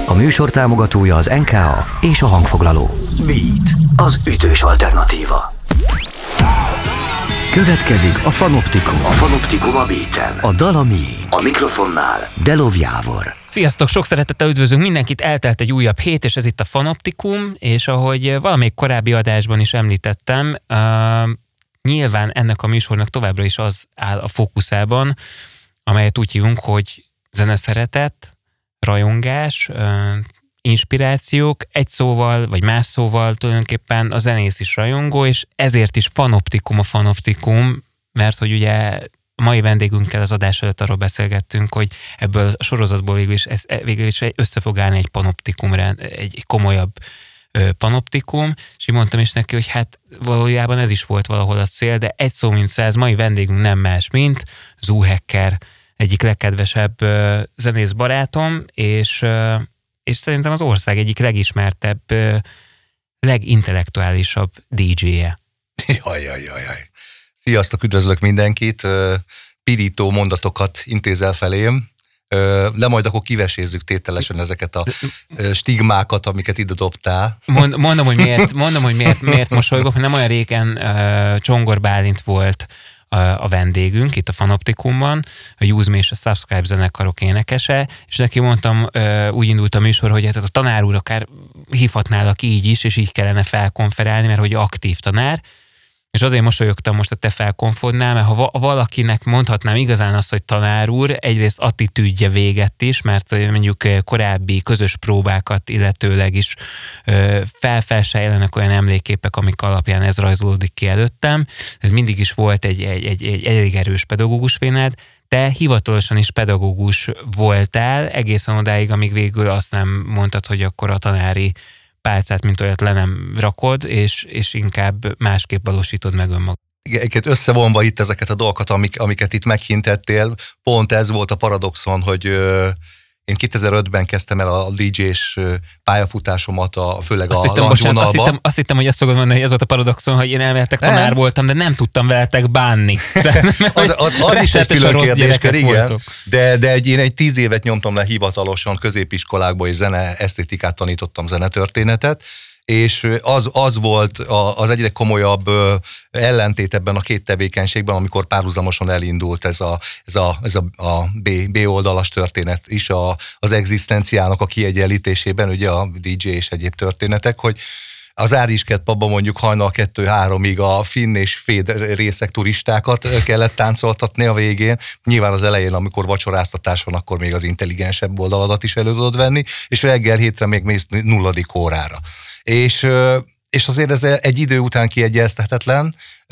A műsor támogatója az NKA és a hangfoglaló. Beat, az ütős alternatíva. Következik a Fanoptikum. A Fanoptikum a Beaten. A dal a mié. A mikrofonnál Delov Jávor. Sziasztok, sok szeretettel üdvözlünk mindenkit, eltelt egy újabb hét, és ez itt a Fanoptikum, és ahogy valamelyik korábbi adásban is említettem, nyilván ennek a műsornak továbbra is az áll a fókuszában, amelyet úgy hívunk, hogy zeneszeretet, rajongás, inspirációk, egy szóval, vagy más szóval tulajdonképpen a zenész is rajongó, és ezért is Fanoptikum a Fanoptikum, mert hogy ugye a mai vendégünkkel az adás előtt arról beszélgettünk, hogy ebből a sorozatból végül is össze fog állni egy panoptikumra, egy komolyabb panoptikum, és így mondtam is neki, hogy hát valójában ez is volt valahol a cél, de egy szó mint száz, mai vendégünk nem más, mint Zoo Hacker, egyik legkedvesebb zenész barátom, és szerintem az ország egyik legismertebb, legintellektuálisabb DJ-je. Jaj. Sziasztok, üdvözlök mindenkit. Pirító mondatokat intézel felém, de majd akkor kivesézzük tételesen ezeket a stigmákat, amiket ide dobtál. Mondom, hogy miért mosolygok, mert nem olyan régen Csongor Bálint volt a vendégünk itt a Fanoptikumban, a Use Me és a Subscribe zenekarok énekese, és neki mondtam, úgy indult a műsor, hogy hát a tanár úr akár hívhatnálak így is, és így kellene felkonferálni, mert hogy aktív tanár, és azért mosolyogtam most a te felkonfodnál, mert ha valakinek mondhatnám igazán azt, hogy tanár úr, egyrészt attitűdje véget is, mert mondjuk korábbi közös próbákat illetőleg is felsejlenek olyan emlékképek, amik alapján ez rajzolódik ki előttem. Ez mindig is volt egy elég erős pedagógus vénád. Te hivatalosan is pedagógus voltál, egészen odáig, amíg végül azt nem mondtad, hogy akkor a tanári pálcát, mint olyat le nem rakod, és inkább másképp valósítod meg önmagad. Igen, összevonva itt ezeket a dolgokat, amiket itt meghintettél, pont ez volt a paradoxon, hogy én 2005-ben kezdtem el a DJ-s pályafutásomat, főleg a launchvonalba. Azt hittem, hogy azt fogod mondani, hogy ez volt a paradoxon, hogy én elméletek tanár voltam, de nem tudtam veletek bánni. Az is egy külön kérdéskör, igen. De én egy 10 évet nyomtam le hivatalosan középiskolákba, és esztétikát tanítottam, zenetörténetet, és az volt az egyre komolyabb ellentét ebben a két tevékenységben, amikor párhuzamosan elindult ez a B oldalas történet is az egzisztenciának a kiegyenlítésében, ugye a DJ és egyéb történetek, hogy az Áriskett pubban mondjuk hajnal 2-3-ig a finn és féd részek turistákat kellett táncoltatni a végén. Nyilván az elején, amikor vacsoráztatás van, akkor még az intelligensebb oldaladat is elő tudod venni, és reggel hétre még mész 0. órára. És azért ez egy idő után kiegyeztethetetlen,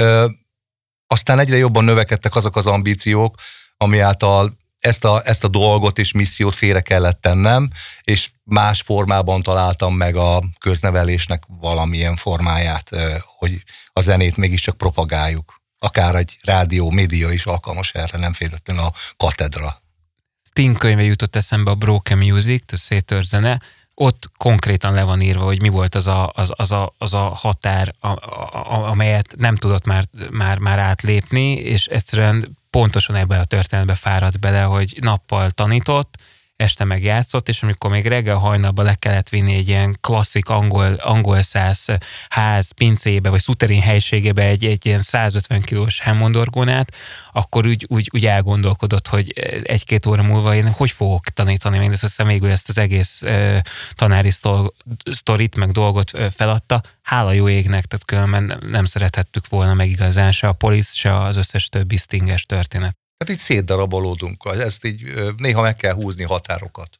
aztán egyre jobban növekedtek azok az ambíciók, ami által ezt a dolgot és missziót félre kellett tennem, és más formában találtam meg a köznevelésnek valamilyen formáját, hogy a zenét mégiscsak propagáljuk. Akár egy rádió, média is alkalmas erre, nem féletlenül a katedra. Sting könyve jutott eszembe, a Broken Music, a széttört zene. Ott konkrétan le van írva, hogy mi volt az a határ, amelyet nem tudott már átlépni, és egyszerűen pontosan ebben a történetbe fáradt bele, hogy nappal tanított, este meg játszott, és amikor még reggel hajnalban le kellett vinni egy ilyen klasszik angol száz ház pincébe, vagy szuterén helységébe egy ilyen 150 kilós Hammond orgonát, akkor úgy elgondolkodott, hogy 1-2 óra múlva én hogy fogok tanítani, mindezt aztán végül ezt az egész tanári sztorit, meg dolgot feladta. Hála jó égnek, tehát különben nem szerethettük volna meg igazán se a Police, se az összes többi Stinges történet. Hát így szétdarabolódunk, ezt így néha meg kell húzni határokat.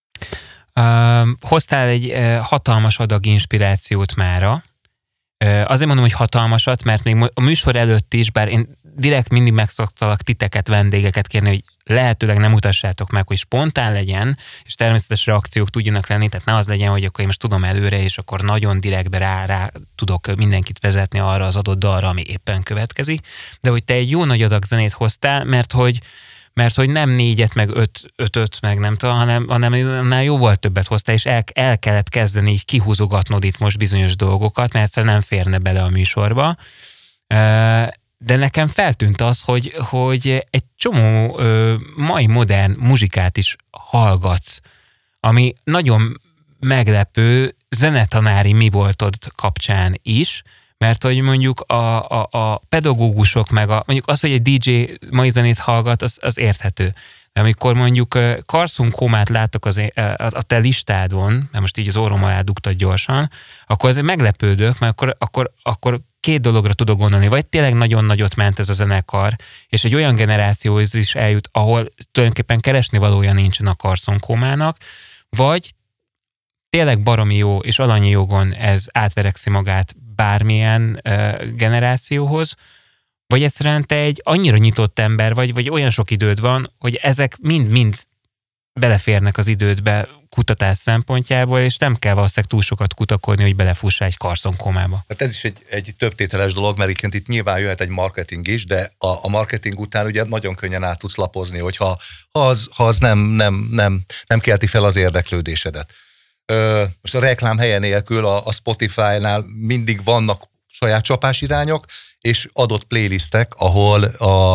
Hoztál egy hatalmas adag inspirációt mára. Azért mondom, hogy hatalmasat, mert még a műsor előtt is, bár én direkt mindig megszoktalak titeket, vendégeket kérni, hogy lehetőleg nem mutassátok meg, hogy spontán legyen, és természetes reakciók tudjanak lenni, tehát ne az legyen, hogy akkor én most tudom előre, és akkor nagyon direktbe rá tudok mindenkit vezetni arra az adott dalra, ami éppen következik, de hogy te egy jó nagy adag zenét hoztál, mert hogy nem 4-et, meg 5-öt, meg nem tudom, hanem annál jóval többet hoztál, és el kellett kezdeni így kihúzogatnod itt most bizonyos dolgokat, mert egyszerűen nem férne bele a műsorba. De nekem feltűnt az, hogy egy csomó mai modern muzsikát is hallgatsz, ami nagyon meglepő zenetanári mi voltod kapcsán is, mert hogy mondjuk a pedagógusok meg mondjuk az, hogy egy DJ mai zenét hallgat, az érthető. De amikor mondjuk Carson Comát látok a te listádon, mert most így az orrom alá dugtad gyorsan, akkor azért meglepődök, mert akkor két dologra tudok gondolni. Vagy tényleg nagyon nagyot ment ez a zenekar, és egy olyan generációhoz is eljut, ahol tulajdonképpen keresni valója nincsen a Carson Comának, vagy tényleg baromi jó és alanyi jogon ez átverekszi magát bármilyen generációhoz, vagy egyszerűen te egy annyira nyitott ember vagy olyan sok időd van, hogy ezek mind beleférnek az idődbe kutatás szempontjából, és nem kell valószínűleg túl sokat kutakodni, hogy belefussa egy Carson Comába. Hát ez is egy többtételes dolog, mert itt nyilván jöhet egy marketing is, de a marketing után ugye nagyon könnyen át tudsz lapozni, hogyha az nem kelti fel az érdeklődésedet. Most a reklám helye nélkül a Spotify-nál mindig vannak saját csapásirányok, és adott playlistek, ahol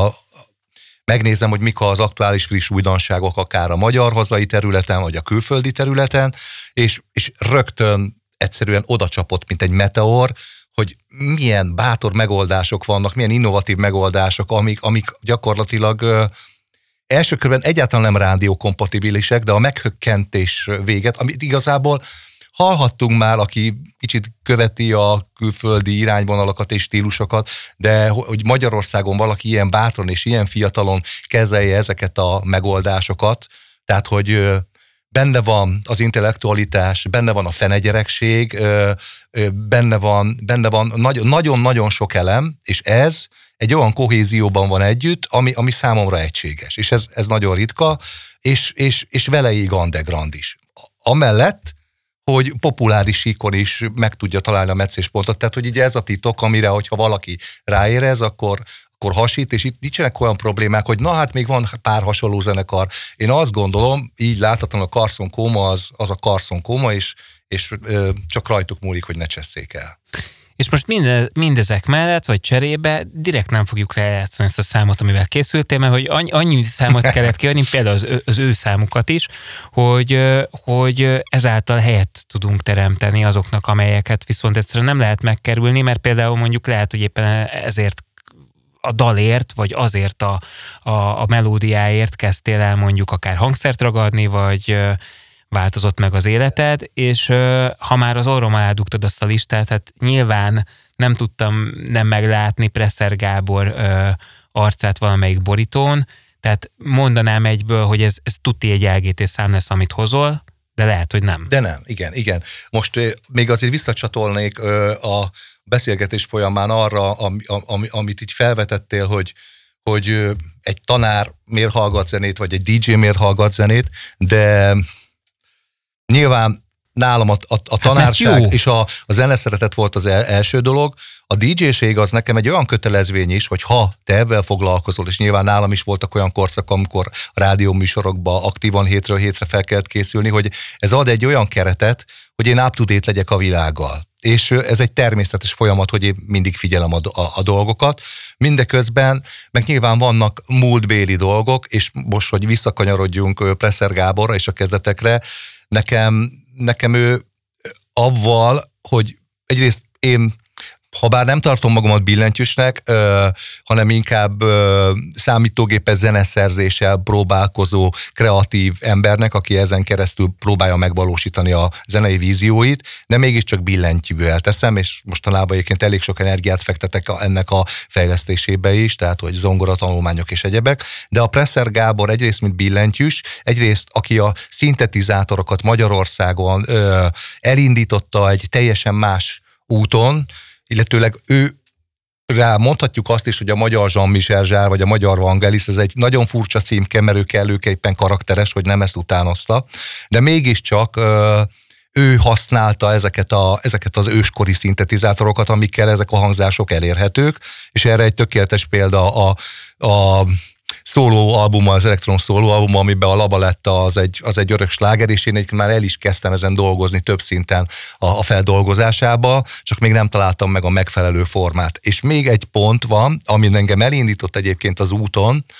megnézem, hogy mik az aktuális friss újdonságok, akár a magyar hazai területen, vagy a külföldi területen, és rögtön egyszerűen oda csapott, mint egy meteor, hogy milyen bátor megoldások vannak, milyen innovatív megoldások, amik gyakorlatilag első körben egyáltalán nem rádiókompatibilisek, de a meghökkentés véget, amit igazából hallhattunk már, aki kicsit követi a külföldi irányvonalakat és stílusokat, de hogy Magyarországon valaki ilyen bátran és ilyen fiatalon kezelje ezeket a megoldásokat, tehát hogy benne van az intellektualitás, benne van a fenegyerekség, benne van nagyon-nagyon sok elem, és ez egy olyan kohézióban van együtt, ami számomra egységes. És ez nagyon ritka, és veleig underground is. Amellett, hogy populáris síkon is meg tudja találni a meccéspontot. Tehát, hogy így ez a titok, amire, hogyha valaki ráérez, akkor hasít, és itt nincsenek olyan problémák, hogy na hát még van pár hasonló zenekar. Én azt gondolom, így láthatóan a Carson Coma az a Carson Coma, és csak rajtuk múlik, hogy ne csesszék el. És most mindezek mellett, vagy cserébe direkt nem fogjuk lejátszani ezt a számot, amivel készültél, mert hogy annyi számot kellett kiadni, például az ő számukat is, hogy ezáltal helyet tudunk teremteni azoknak, amelyeket viszont egyszerűen nem lehet megkerülni, mert például mondjuk lehet, hogy éppen ezért a dalért, vagy azért a melódiáért kezdtél el mondjuk akár hangszert ragadni, vagy változott meg az életed, és ha már az orrom alá dugtad azt a listát, hát nyilván nem tudtam nem meglátni Presser Gábor arcát valamelyik borítón, tehát mondanám egyből, hogy ez tuti egy LGT szám lesz, amit hozol, de lehet, hogy nem. De nem, igen. Most még azért visszacsatolnék a beszélgetés folyamán arra, amit így felvetettél, hogy egy tanár miért hallgat zenét, vagy egy DJ miért hallgat zenét, de nyilván nálam a tanárság és a zeneszeretet volt az első dolog. A DJ-ség az nekem egy olyan kötelezvény is, hogy ha te ebben foglalkozol, és nyilván nálam is voltak olyan korszak, amikor a rádióműsorokban aktívan hétről hétre fel kellett készülni, hogy ez ad egy olyan keretet, hogy én up-to-date legyek a világgal. És ez egy természetes folyamat, hogy én mindig figyelem a dolgokat. Mindeközben meg nyilván vannak múltbéli dolgok, és most, hogy visszakanyarodjunk Presser Gáborra és a kezdetekre, nekem ő avval, hogy egyrészt én, ha bár nem tartom magamat billentyűsnek, hanem inkább számítógépes zeneszerzéssel próbálkozó kreatív embernek, aki ezen keresztül próbálja megvalósítani a zenei vízióit, de mégiscsak billentyűvel teszem, és mostanában egyébként elég sok energiát fektetek ennek a fejlesztésébe is, tehát hogy zongora tanulmányok és egyebek, de a Presser Gábor egyrészt mint billentyűs, egyrészt aki a szintetizátorokat Magyarországon elindította egy teljesen más úton, illetőleg ő rá mondhatjuk azt is, hogy a magyar Jean-Michel Jarre, vagy a magyar Vangelis, ez egy nagyon furcsa címke, mert ő kellőképpen karakteres, hogy nem ezt utánozta, de mégiscsak ő használta ezeket az őskori szintetizátorokat, amikkel ezek a hangzások elérhetők, és erre egy tökéletes példa a szólóalbuma, az elektron szólóalbuma, amiben a Labaletta az egy örök sláger, és én már el is kezdtem ezen dolgozni több szinten a feldolgozásába, csak még nem találtam meg a megfelelő formát. És még egy pont van, ami engem elindított egyébként az úton,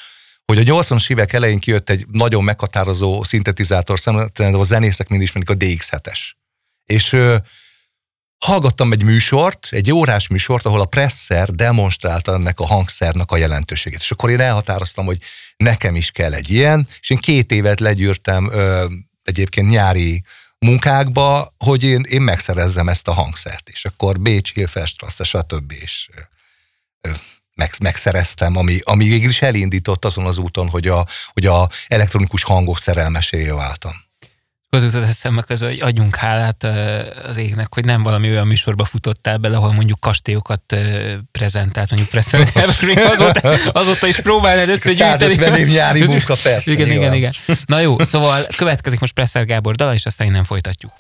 hogy a 80-as évek elején kijött egy nagyon meghatározó szintetizátor, a zenészek mindig ismerik, a DX7-es. És hallgattam egy műsort, egy órás műsort, ahol a Presser demonstrálta ennek a hangszernek a jelentőségét. És akkor én elhatároztam, hogy nekem is kell egy ilyen, és én 2 évet legyűrtem egyébként nyári munkákba, hogy én megszerezzem ezt a hangszert. És akkor Bécs, Hilferstrasse, stb. És megszereztem, ami végül is elindított azon az úton, hogy a elektronikus hangok szerelmesévé váltam. Az jutott eszembe közül, hogy adjunk hálát az égnek, hogy nem valami olyan műsorba futottál bele, ahol mondjuk kastélyokat prezentált, mondjuk azóta is próbálnád összegyűjteni. 150 év nyári munka, persze. Igen. Na jó, szóval következik most Presser Gábor dala, és aztán innen folytatjuk.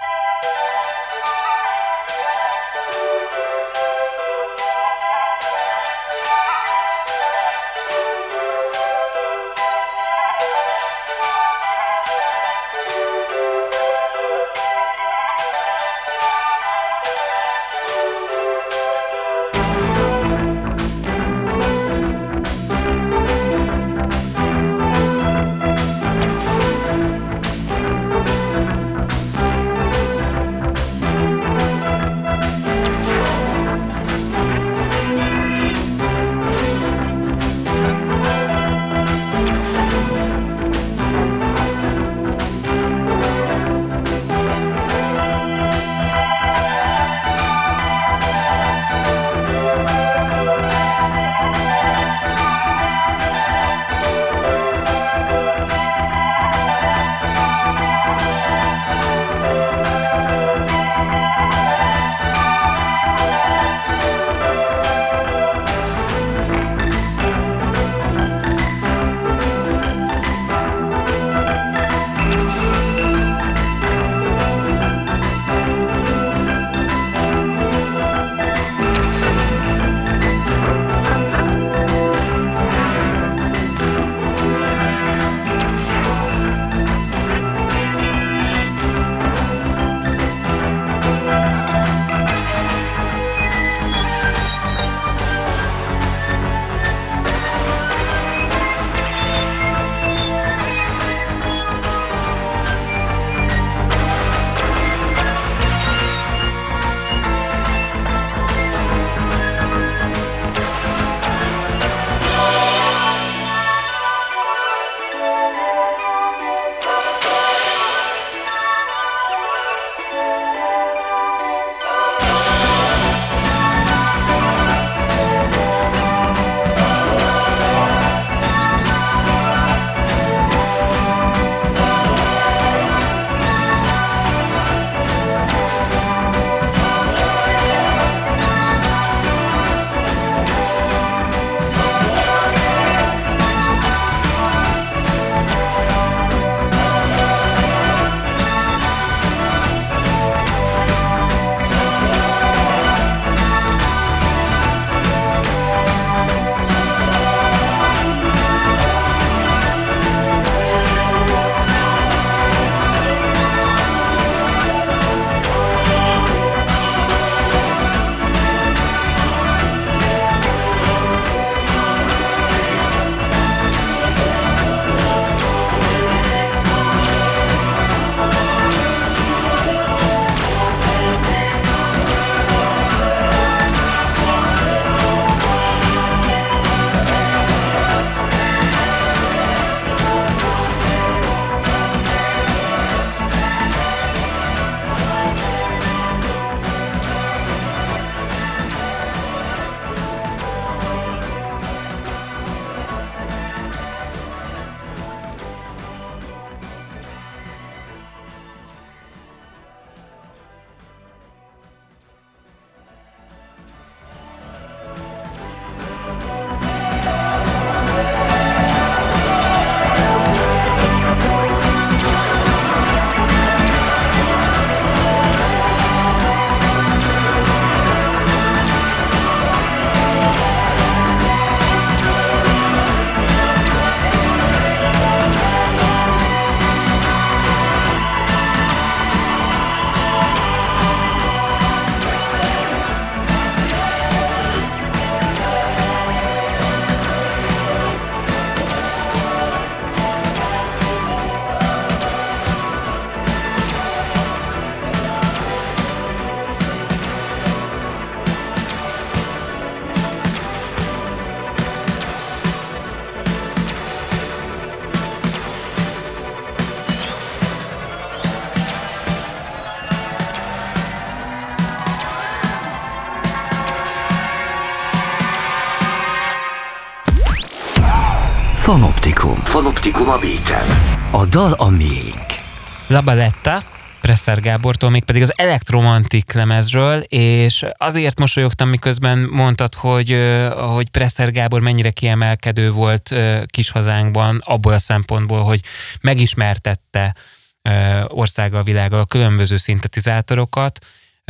Fanoptikum a Beaten. A dal a miénk. La Baletta, Presser Gábortól, mégpedig az Electromantic lemezről, és azért mosolyogtam, miközben mondtad, hogy Presser Gábor mennyire kiemelkedő volt kis hazánkban, abból a szempontból, hogy megismertette országgal, világgal a különböző szintetizátorokat,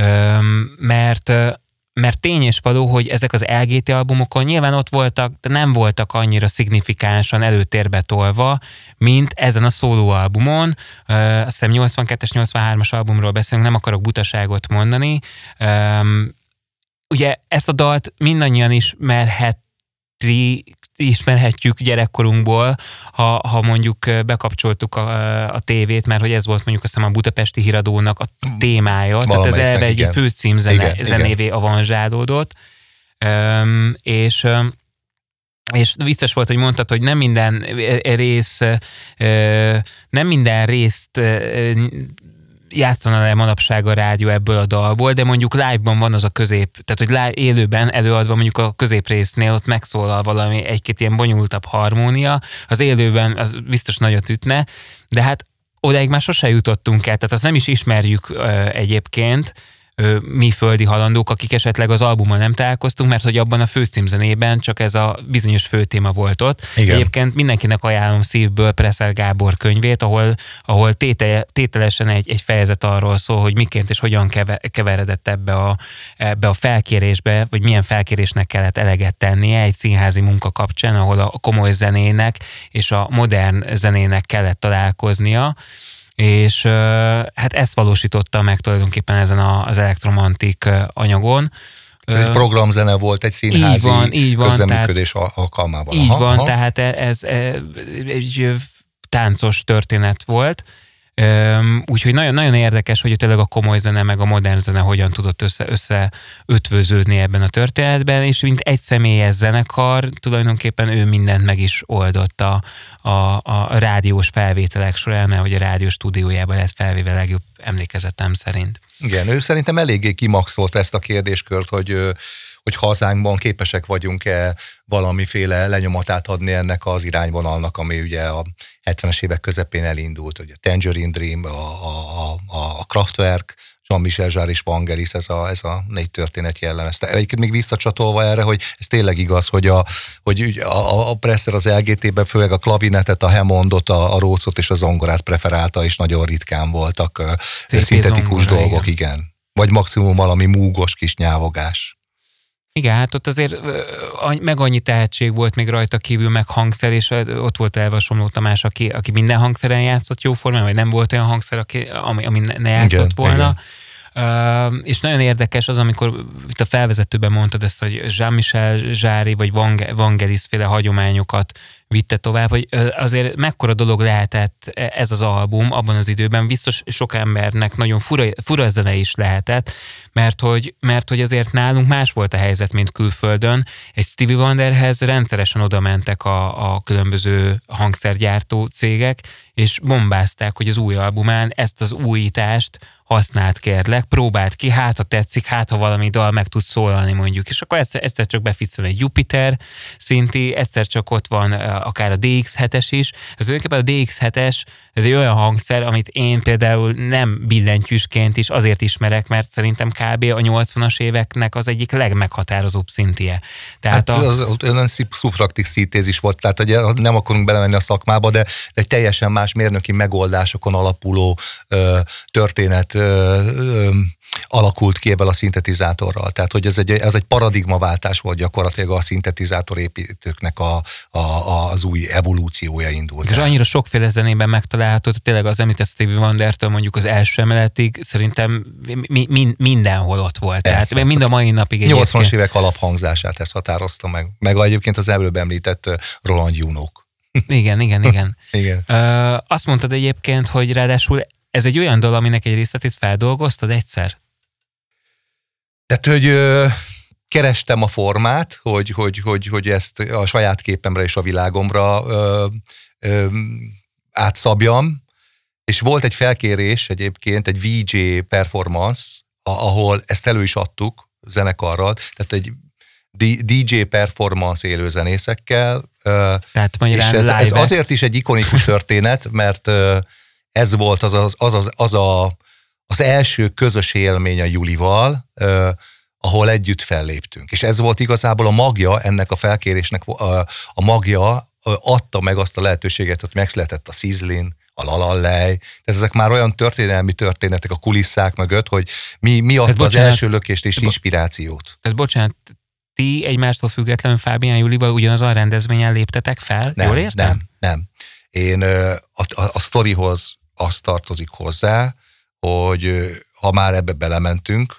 mert tény és való, hogy ezek az LGT albumokon nyilván ott voltak, de nem voltak annyira szignifikánsan előtérbe tolva, mint ezen a szólóalbumon. Azt hiszem 82-es, 83-as albumról beszélünk, nem akarok butaságot mondani. Ugye ezt a dalt mindannyian ismerhetjük gyerekkorunkból, ha mondjuk bekapcsoltuk a tévét, mert hogy ez volt mondjuk azt hiszem a Budapesti Híradónak a témája, tehát ez elve egy főcímzenévé avanzsálódott, és vicces volt, hogy mondtad, hogy nem minden részt játszana le manapság a rádió ebből a dalból, de mondjuk live-ban van az a tehát hogy élőben előadva mondjuk a középrésznél ott megszólal valami egy-két ilyen bonyolultabb harmónia, az élőben az biztos nagyot ütne, de hát odáig már sose jutottunk el, tehát azt nem is ismerjük egyébként, mi földi halandók, akik esetleg az albummal nem találkoztunk, mert hogy abban a főcímzenében csak ez a bizonyos főtéma volt ott. Igen. Egyébként mindenkinek ajánlom szívből Presser Gábor könyvét, ahol tételesen egy fejezet arról szól, hogy miként és hogyan keveredett ebbe a felkérésbe, vagy milyen felkérésnek kellett eleget tennie egy színházi munka kapcsán, ahol a komoly zenének és a modern zenének kellett találkoznia, és hát ezt valósította meg tulajdonképpen ezen az Electromantic anyagon. Ez egy programzene volt, egy színházi közreműködés alkalmában. Így van, tehát ez egy táncos történet volt. Úgyhogy nagyon, nagyon érdekes, hogy tényleg a komoly zene meg a modern zene hogyan tudott összeötvöződni ebben a történetben, és mint egy személyes zenekar, tulajdonképpen ő mindent meg is oldott a rádiós felvételek során, mert hogy a rádió stúdiójában lett felvéve legjobb emlékezetem szerint. Igen, ő szerintem eléggé kimaxolta ezt a kérdéskört, hogy hazánkban képesek vagyunk-e valamiféle lenyomatát adni ennek az irányvonalnak, ami ugye a 70-es évek közepén elindult, hogy a Tangerine Dream, a Kraftwerk, Jean-Michel Jarre és Vangelis, ez a 4 történet jellemezte. Egyébként még visszacsatolva erre, hogy ez tényleg igaz, hogy a Presser az LGT-ben főleg a klavinetet, a Hammondot, a Rhodesot és a zongorát preferálta, és nagyon ritkán voltak szintetikus dolgok, igen. Vagy maximum valami múgos kis nyávogás. Igen, hát ott azért meg annyi tehetség volt még rajta kívül, meg hangszer, és ott volt Elva Somló Tamás, aki minden hangszeren játszott jóformán, vagy nem volt olyan hangszer, ami ne játszott volna. Igen. És nagyon érdekes az, amikor itt a felvezetőben mondtad ezt, hogy Jean-Michel Jarre vagy Vangelis féle hagyományokat vitte tovább, hogy azért mekkora dolog lehetett ez az album abban az időben, biztos sok embernek nagyon fura zene is lehetett, mert hogy azért nálunk más volt a helyzet, mint külföldön. Egy Stevie Wonderhez rendszeresen oda mentek a különböző hangszergyártó cégek, és bombázták, hogy az új albumán ezt az újítást használt kérlek, próbált ki, hát ha tetszik, hát ha valami dal meg tud szólalni mondjuk, és akkor egyszer csak beficel egy Jupiter szinti, egyszer csak ott van akár a DX7-es is. Ez tulajdonképpen a DX7-es, ez egy olyan hangszer, amit én például nem billentyűsként is azért ismerek, mert szerintem kb. A 80-as éveknek az egyik legmeghatározóbb szintje. Tehát hát az olyan szubtraktik szintézis volt, tehát ugye nem akarunk belemenni a szakmába, de egy teljesen más mérnöki megoldásokon alapuló történet alakult ki ebből a szintetizátorral. Tehát, hogy ez egy paradigmaváltás volt gyakorlatilag a szintetizátorépítőknek az új evolúciója indult. És annyira sokféle zenében megtalálható, tényleg az említett Stevie Wondertől mondjuk az első emeletig szerintem mindenhol ott volt. Tehát mind a mai napig egyébként. 80-as évek alaphangzását ezt határozta meg. Meg egyébként az előbb említett Roland Juno-k. Igen. Igen. Azt mondtad egyébként, hogy ráadásul ez egy olyan dal, aminek egy részletét feldolgoztad egyszer? Tehát, hogy kerestem a formát, hogy ezt a saját képemre és a világomra átszabjam, és volt egy felkérés egyébként, egy VJ performance, ahol ezt elő is adtuk zenekarral, tehát egy DJ performance élőzenészekkel, Tehát és ez azért is egy ikonikus történet, mert ez volt az első közös élmény a Julival, ahol együtt felléptünk. És ez volt igazából a magja ennek a felkérésnek, a magja adta meg azt a lehetőséget, hogy megszületett a Sizzlin, a Lalallej, ezek már olyan történelmi történetek a kulisszák mögött, hogy mi adta az első lökést és inspirációt. Tehát bocsánat, ti egymástól függetlenül Fábián Julival ugyanaz a rendezvényen léptetek fel? Jól értem? Nem. Én a sztorihoz az tartozik hozzá, hogy ha már ebbe belementünk,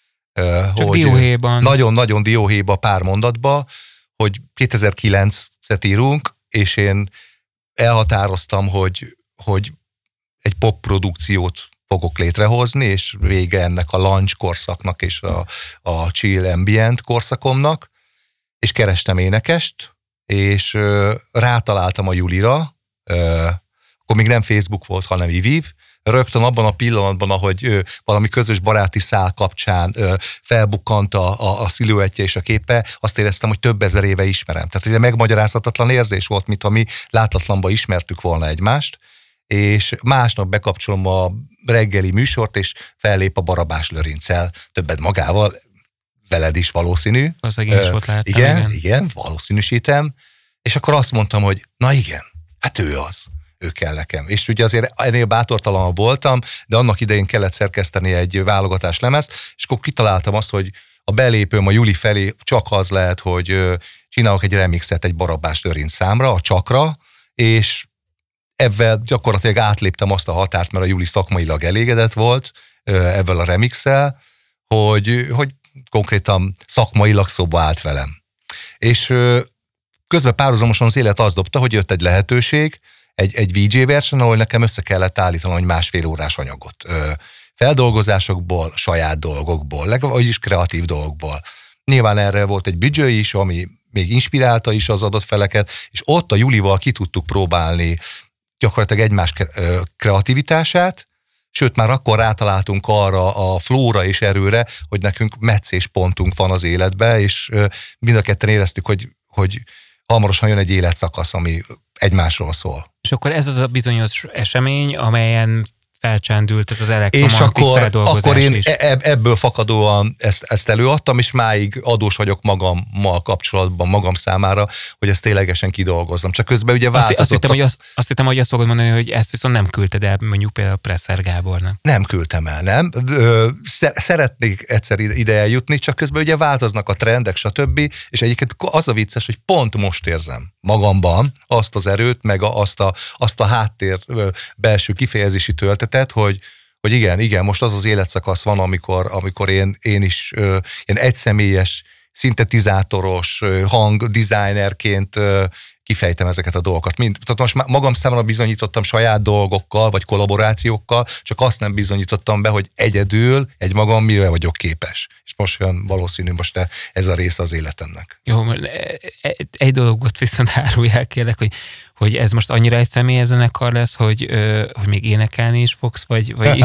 hogy dióhéjban. Nagyon-nagyon dióhéjba pár mondatba, hogy 2009-et írunk, és én elhatároztam, hogy egy pop produkciót fogok létrehozni, és vége ennek a launch korszaknak és a chill ambient korszakomnak, és kerestem énekest, és rátaláltam a Julira, akkor még nem Facebook volt, hanem iViv, rögtön abban a pillanatban, ahogy valami közös baráti szál kapcsán felbukkant a sziluettje és a képe, azt éreztem, hogy több ezer éve ismerem. Tehát egy megmagyarázhatatlan érzés volt, mintha mi láthatlanban ismertük volna egymást, és másnap bekapcsolom a reggeli műsort, és fellép a Barabás Lőrinccel, többet magával, veled is valószínű. Az én is volt láttam, igen, valószínűsítem, és akkor azt mondtam, hogy na igen, hát ő kell nekem. És ugye azért ennél bátortalanabb voltam, de annak idején kellett szerkeszteni egy válogatás lemezt, és akkor kitaláltam azt, hogy a belépőm a Juli felé csak az lehet, hogy csinálok egy remixet egy Barabás Lőrinc számra, a Csakra, és ebben gyakorlatilag átléptem azt a határt, mert a Juli szakmailag elégedett volt ebben a remixel, hogy konkrétan szakmailag szóba állt velem. És közben párhuzamosan az élet azt dobta, hogy jött egy lehetőség, egy VJ verseny, ahol nekem össze kellett állítanom egy 1,5 órás anyagot. Feldolgozásokból, saját dolgokból, vagyis kreatív dolgokból. Nyilván erre volt egy büdzsé is, ami még inspirálta is az adott feleket, és ott a Julival ki tudtuk próbálni gyakorlatilag egymás kreativitását, sőt már akkor rátaláltunk arra a flóra és erőre, hogy nekünk meccés pontunk van az életbe, és mind a ketten éreztük, hogy hamarosan jön egy életszakasz, ami egymásról szól. És akkor ez az a bizonyos esemény, amelyen felcsendült ez az elektromantik feldolgozás. És akkor én ebből fakadóan ezt előadtam, és máig adós vagyok magammal kapcsolatban, magam számára, hogy ezt ténylegesen kidolgozzam. Csak közben ugye változott. Azt hittem, hogy azt fogod mondani, hogy ezt viszont nem küldted el mondjuk például Presser Gábornak. Nem küldtem el, nem. Szeretnék egyszer ide eljutni, csak közben ugye változnak a trendek, stb. És egyébként az a vicces, hogy pont most érzem magamban azt az erőt, meg azt a háttér belső kifejezési töltetet, hogy igen, most az életszakasz van, amikor én is ilyen egyszemélyes, szintetizátoros hangdesignerként kifejtem ezeket a dolgokat. Tehát most magam számára bizonyítottam saját dolgokkal, vagy kollaborációkkal, csak azt nem bizonyítottam be, hogy egyedül magam mire vagyok képes. És most jön valószínű ez a része az életemnek. Jó, egy dologot viszont árulják, kérlek, hogy ez most annyira egy személyes zenekar lesz, hogy még énekelni is fogsz, vagy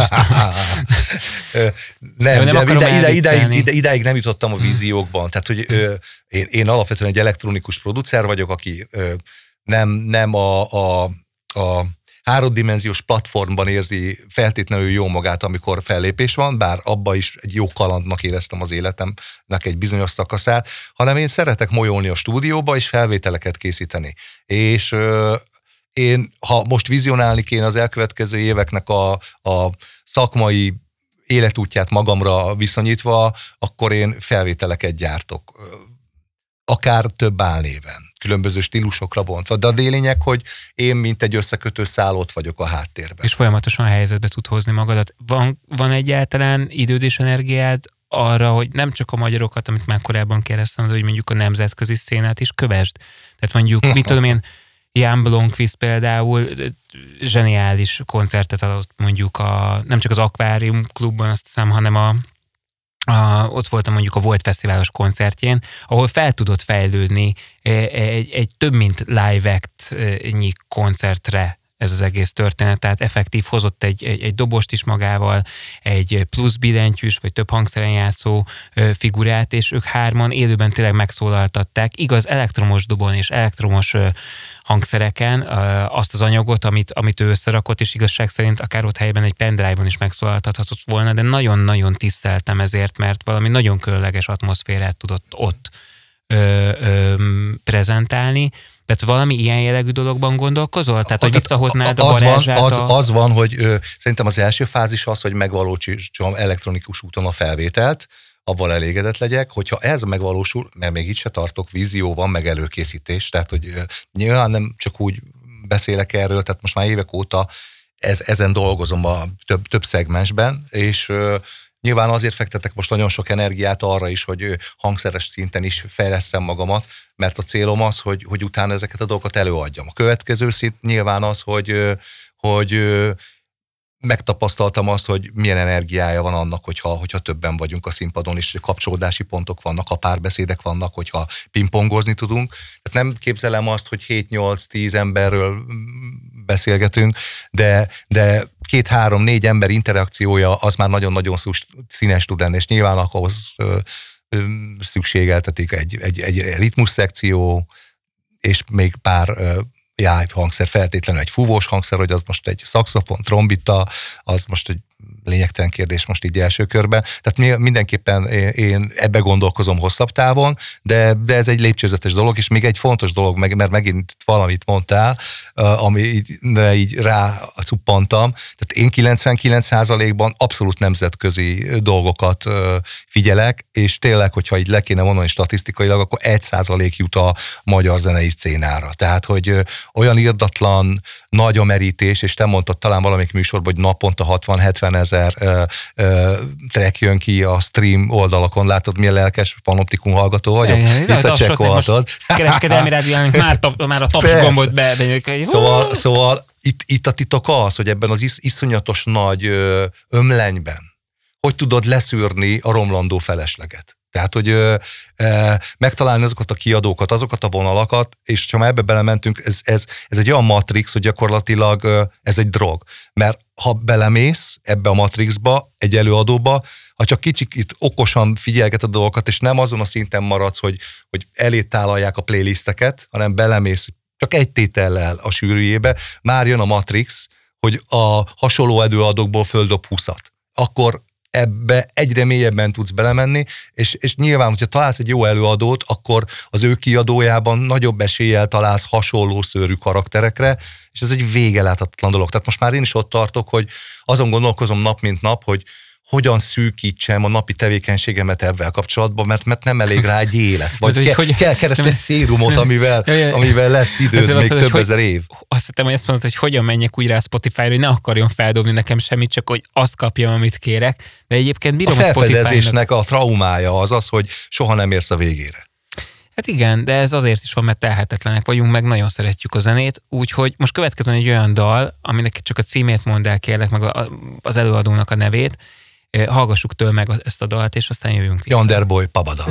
idáig nem jutottam a víziókban. Tehát, hogy én alapvetően egy elektronikus producer vagyok, aki nem a háromdimenziós platformban érzi feltétlenül jó magát, amikor fellépés van, bár abba is egy jó kalandnak éreztem az életemnek egy bizonyos szakaszát, hanem én szeretek molyolni a stúdióba, és felvételeket készíteni. És én, ha most vizionálni kéne az elkövetkező éveknek a szakmai életútját magamra viszonyítva, akkor én felvételeket gyártok. Akár több álnéven, különböző stílusokra bontva. De a lényeg, hogy én, mint egy összekötő szál, ott vagyok a háttérben. És folyamatosan helyzetbe tud hozni magadat. Van egyáltalán időd és energiád arra, hogy nem csak a magyarokat, amit már korábban kérdeztem, de hogy mondjuk a nemzetközi szénát is kövesd. Tehát mondjuk, mit tudom én, Jan Blomqvist például zseniális koncertet adott mondjuk nem csak az Akvárium klubban, azt hiszem, hanem ott voltam mondjuk a Volt Fesztiválos koncertjén, ahol fel tudott fejlődni egy több mint live act-nyi koncertre ez az egész történet, tehát effektív hozott egy dobost is magával, egy plusz billentyűs, vagy több hangszeren játszó figurát, és ők hárman élőben tényleg megszólaltatták, igaz, elektromos dobon és elektromos hangszereken azt az anyagot, amit ő összerakott, és igazság szerint akár ott helyben egy pendrive-on is megszólaltathatott volna, de nagyon-nagyon tiszteltem ezért, mert valami nagyon különleges atmoszférát tudott ott prezentálni. Tehát valami ilyen jellegű dologban gondolkozol? Tehát, hogy visszahoznád a varázsát? Az van, hogy szerintem az első fázis az, hogy megvalósítsam elektronikus úton a felvételt, avval elégedett legyek, hogyha ez megvalósul, mert még itt se tartok, vízió van, meg előkészítés, tehát hogy nyilván nem csak úgy beszélek erről, tehát most már évek óta ezen dolgozom a több szegmensben, és nyilván azért fektetek most nagyon sok energiát arra is, hogy hangszeres szinten is fejlesszem magamat, mert a célom az, hogy utána ezeket a dolgokat előadjam. A következő szint nyilván az, hogy megtapasztaltam azt, hogy milyen energiája van annak, hogyha többen vagyunk a színpadon, és kapcsolódási pontok vannak, ha párbeszédek vannak, hogyha pingpongozni tudunk. Tehát nem képzelem azt, hogy 7-8-10 emberről beszélgetünk, de 2-3-4 ember interakciója az már nagyon-nagyon színes tud lenni, és nyilván ahhoz szükségeltetik egy ritmus szekció, és még pár hangszer, feltétlenül egy fúvós hangszer, hogy az most egy szaxofon, trombita, az most egy lényegtelen kérdés most így első körben. Tehát mindenképpen én ebbe gondolkozom hosszabb távon, de ez egy lépcsőzetes dolog, és még egy fontos dolog, mert megint valamit mondtál, amire így rácuppantam. Tehát én 99%-ban abszolút nemzetközi dolgokat figyelek, és tényleg, hogyha így le kéne mondani statisztikailag, akkor 1% jut a magyar zenei szcénára. Tehát, hogy olyan irdatlan nagy a merítés, és te mondtad talán valamelyik műsorban, hogy naponta 60-70 ezer track jön ki a stream oldalakon. Látod, milyen lelkes Panoptikum hallgató vagyok? Visszacsekkolhatod. Kereskedelmi rádiójának már a taps gombot bevegyük. Szóval itt a titok az, hogy ebben az iszonyatos nagy ömlenyben hogy tudod leszűrni a romlandó felesleget. Tehát, hogy megtalálni azokat a kiadókat, azokat a vonalakat, és ha már ebbe belementünk, ez egy olyan matrix, hogy gyakorlatilag ez egy drog. Mert ha belemész ebbe a matrixba, egy előadóba, ha csak kicsit okosan figyelgeted a dolgokat, és nem azon a szinten maradsz, hogy elét tálalják a playlisteket, hanem belemész csak egy tétellel a sűrűjébe, már jön a matrix, hogy a hasonló előadókból földob 20-at. Akkor ebbe egyre mélyebben tudsz belemenni, és nyilván, hogyha találsz egy jó előadót, akkor az ő kiadójában nagyobb eséllyel találsz hasonló szőrű karakterekre, és ez egy végeláthatatlan dolog. Tehát most már én is ott tartok, hogy azon gondolkozom nap mint nap, hogy hogyan szűkítsem a napi tevékenységemet ebben kapcsolatban, mert nem elég rá egy élet. Vagy kell keresni egy szérumot, amivel lesz időd még több ezer év. Azt hittem, hogy azt mondod, hogy hogyan menjek úgy rá Spotify-ra, hogy ne akarjon feldobni nekem semmit, csak hogy azt kapjam, amit kérek. De egyébként bírom a felfedezésnek a traumája az, hogy soha nem érsz a végére. Hát igen, de ez azért is van, mert telhetetlenek vagyunk, meg nagyon szeretjük a zenét, úgyhogy most következzen egy olyan dal, aminek csak a címét mondd el, kérlek, meg az előadónak a nevét. Hallgassuk tőle meg ezt a dalt, és aztán jövünk vissza. Yonderboy Pabada.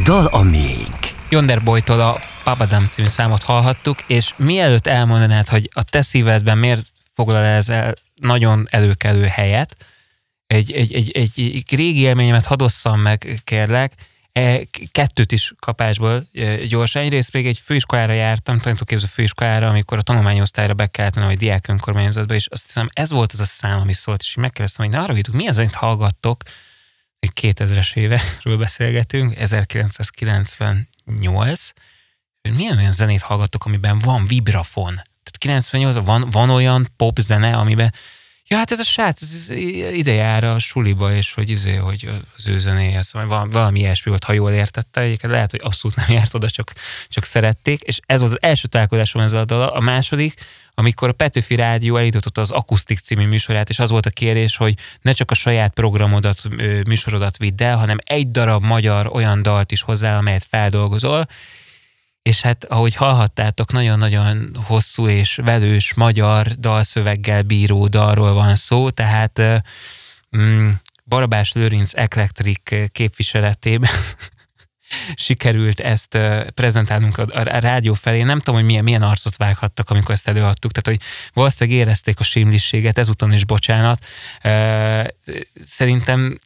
dal a miénk. Yonder Boytól a Pabadam című számot hallhattuk, és mielőtt elmondanád, hogy a te szívedben miért foglal ez el nagyon előkelő helyet, egy régi élményemet hadd osszam meg, kérlek, kettőt is kapásból gyorsan. Egyrészt még egy főiskolára jártam, tanítóképző főiskolára, amikor a tanulmányosztályra be kellett mennem, vagy diák önkormányzatba, és azt hiszem ez volt az a szám, ami szólt, és megkérdeztem, hogy ne arra hittük, mi az, amit hallgattok, 2000-es évekről beszélgetünk, 1998, hogy milyen olyan zenét hallgattok, amiben van vibrafon. Tehát 98 van olyan pop zene, amiben ja, hát ez a srác ez ide jár a suliba, és hogy hogy az ő zenéje, szóval valami ilyesmi volt, ha jól értette. Egyébként lehet, hogy abszolút nem járt oda, csak szerették, és ez volt az első találkozásom ezzel a dal. A második, amikor a Petőfi Rádió elindította az Akusztik című műsorát, és az volt a kérés, hogy ne csak a saját programodat, műsorodat vidd el, hanem egy darab magyar olyan dalt is hozzá, amelyet feldolgozol. És hát, ahogy hallhattátok, nagyon-nagyon hosszú és velős magyar dalszöveggel bíró dalról van szó, tehát Barabás Lőrinc Eklektik képviseletében sikerült ezt prezentálnunk a rádió felé. Nem tudom, hogy milyen arcot vághattak, amikor ezt előadtuk, tehát hogy valószínűleg érezték a símlisséget, ezúton is bocsánat. Szerintem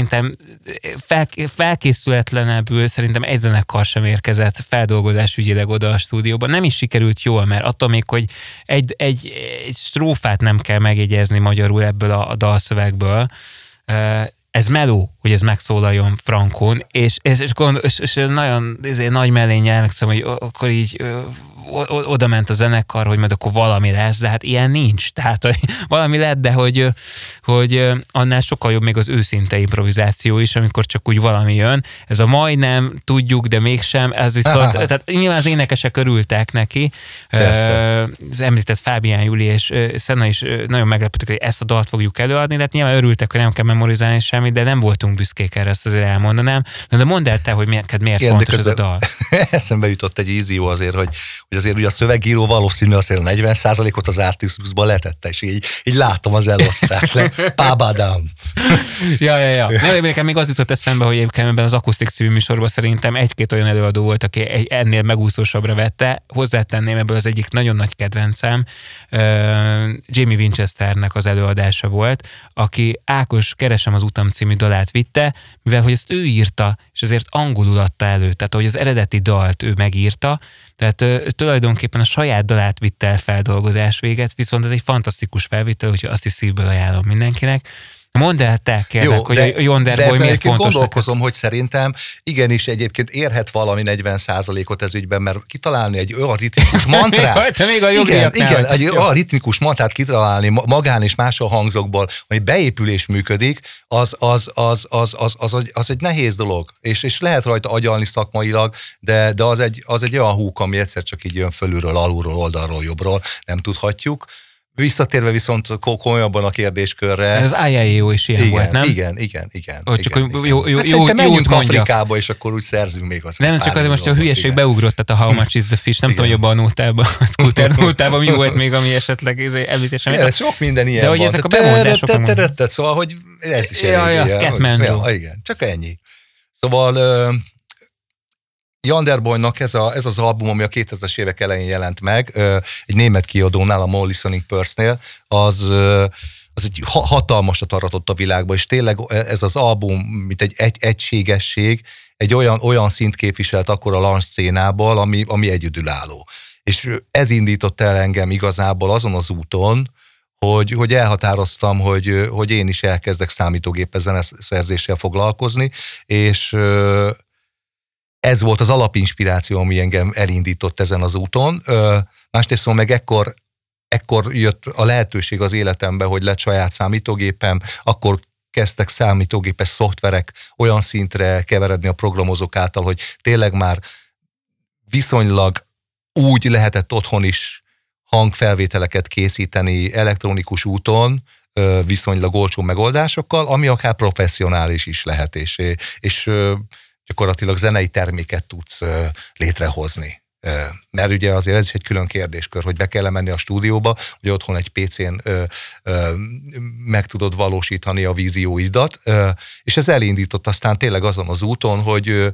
felkészületlenebbül szerintem egy zenekar sem érkezett feldolgozás ügyileg oda a stúdióban. Nem is sikerült jól, mert attól még, hogy egy strófát nem kell megjegyezni magyarul ebből a dalszövegből, ez meló, hogy ez megszólaljon frankon, és nagyon nagy mellénnyel emlékszem, hogy akkor így oda ment a zenekar, hogy majd akkor valami lesz, de hát ilyen nincs. Tehát hogy valami lett, de hogy annál sokkal jobb még az őszinte improvizáció is, amikor csak úgy valami jön. Ez a majdnem, tudjuk, de mégsem, ez viszont, tehát nyilván az énekesek örültek neki. Az említett Fábián Júli és Szenna is nagyon meglepődtek, hogy ezt a dalt fogjuk előadni, de hát nyilván örültek, hogy nem kell memorizálni semmit, de nem voltunk büszkék erre, ezt azért elmondanám. De mondd el te, hogy miért fontos ez a dal. Eszembe jutott egy ízió azért, hogy azért ugye a szövegíró valószínű azért a 40%-ot az Artismusba letette, és így látom az elosztást. Pábádám. Ja. Nekem még az jutott eszembe, hogy egyébként ebben az Akusztik című műsorban szerintem egy-két olyan előadó volt, aki ennél megúszósabbra vette. Hozzátenném, ebből az egyik nagyon nagy kedvencem, Jamie Winchesternek az előadása volt, aki Ákos Keresem az utam című dalát vitte, mivel hogy ezt ő írta, és azért angolul adta elő, tehát hogy az eredeti dalt ő megírta, tehát tulajdonképpen a saját dalát vitte el feldolgozás véget, viszont ez egy fantasztikus felvétel, úgyhogy azt is szívből ajánlom mindenkinek. Mondd el te, kérlek, hogy a Yonder Boy miért fontos gondolkozom, neked? Hogy szerintem igenis egyébként érhet valami 40%-ot ez ügyben, mert kitalálni egy olyan ritmikus mantrát, igen, egy olyan ritmikus mantrát kitalálni magán és máshol hangzókból, ami beépül és működik, az egy nehéz dolog, és lehet rajta agyalni szakmailag, de az egy olyan húk, ami egyszer csak így jön fölülről, alulról, oldalról, jobbról, nem tudhatjuk. Visszatérve viszont komolyabban a kérdéskörre. Ez IAEO is ilyen volt, nem? Igen. Csak jó menjünk Afrikába, és akkor úgy szerzünk még az. Nem, csak azért most a hülyeség beugrott, tehát a How Much is the Fish, nem tudom, jobban a nótában, a Scooter nótában mi volt még, ami esetleg említésem. Igen, sok minden ilyen van. De hogy ezek a bemondások. Szóval, hogy ez is elég. Scatman. Igen, csak ennyi. Szóval Yonder Boynak ez az album, ami a 2000-es évek elején jelent meg, egy német kiadónál, a More Listening Purse-nél, az egy hatalmasat aratott a világba, és tényleg ez az album, mint egy egységesség, egy olyan szint képviselt akkor a lounge szcénából, ami egyedülálló. És ez indított el engem igazából azon az úton, hogy elhatároztam, hogy én is elkezdek számítógépes zeneszerzéssel foglalkozni, és ez volt az alapinspiráció, ami engem elindított ezen az úton. Másrészt meg ekkor jött a lehetőség az életembe, hogy lett saját számítógépem, akkor kezdtek számítógépes szoftverek olyan szintre keveredni a programozók által, hogy tényleg már viszonylag úgy lehetett otthon is hangfelvételeket készíteni elektronikus úton, viszonylag olcsó megoldásokkal, ami akár professzionális is lehet, és gyakorlatilag zenei terméket tudsz létrehozni. Mert ugye azért ez is egy külön kérdéskör, hogy be kell menni a stúdióba, hogy otthon egy PC-n meg tudod valósítani a vízióidat, és ez elindított aztán tényleg azon az úton,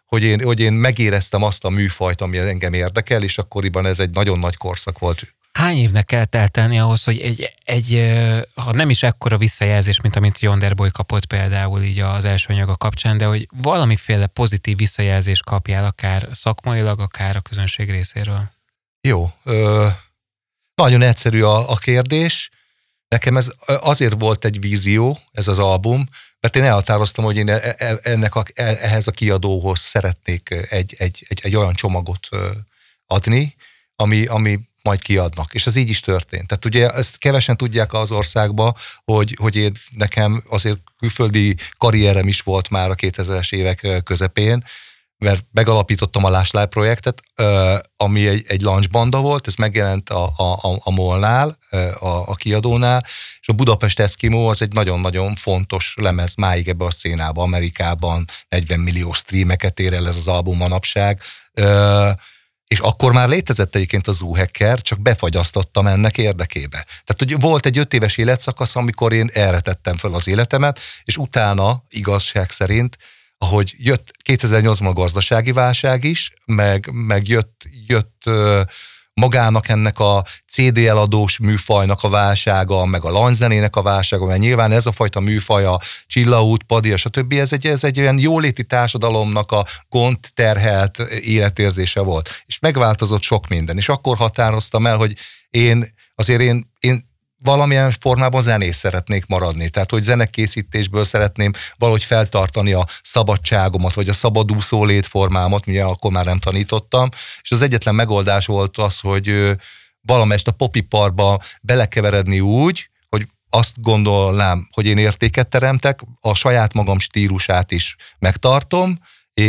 hogy én megéreztem azt a műfajt, ami engem érdekel, és akkoriban ez egy nagyon nagy korszak volt. Hány évnek kell teltelni ahhoz, hogy ha nem is ekkora visszajelzés, mint amit Yonderboy kapott például így az első anyaga kapcsán, de hogy valamiféle pozitív visszajelzést kapjál akár szakmailag, akár a közönség részéről? Jó. Nagyon egyszerű a kérdés. Nekem ez azért volt egy vízió, ez az album, mert én elhatároztam, hogy én ehhez a kiadóhoz szeretnék egy olyan csomagot adni, ami majd kiadnak. És ez így is történt. Tehát ugye ezt kevesen tudják az országba, hogy én nekem azért külföldi karrierem is volt már a 2000-es évek közepén, mert megalapítottam a Last Live projektet, ami egy launchbanda volt, ez megjelent a MOL-nál, a kiadónál, és a Budapest Eskimo az egy nagyon-nagyon fontos lemez máig ebbe a szénába, Amerikában 40 millió streameket ér el ez az album manapság, és akkor már létezett egyébként a Zoo Hacker, csak befagyasztottam ennek érdekébe. Tehát, hogy volt egy 5 éves életszakasz, amikor én erre tettem fel az életemet, és utána, igazság szerint, ahogy jött 2008-ban a gazdasági válság is, meg jött magának ennek a CD eladós műfajnak a válsága, meg a langyzenének a válsága, mert nyilván ez a fajta műfaj, a Csillaút, Padi, stb. Ez egy olyan jóléti társadalomnak a gondterhelt életérzése volt. És megváltozott sok minden. És akkor határoztam el, hogy én valamilyen formában zenész szeretnék maradni. Tehát, hogy zenekészítésből szeretném valahogy feltartani a szabadságomat, vagy a szabadúszó létformámat, ugye akkor már nem tanítottam, és az egyetlen megoldás volt az, hogy valamelyest a popiparba belekeveredni úgy, hogy azt gondolnám, hogy én értéket teremtek, a saját magam stílusát is megtartom,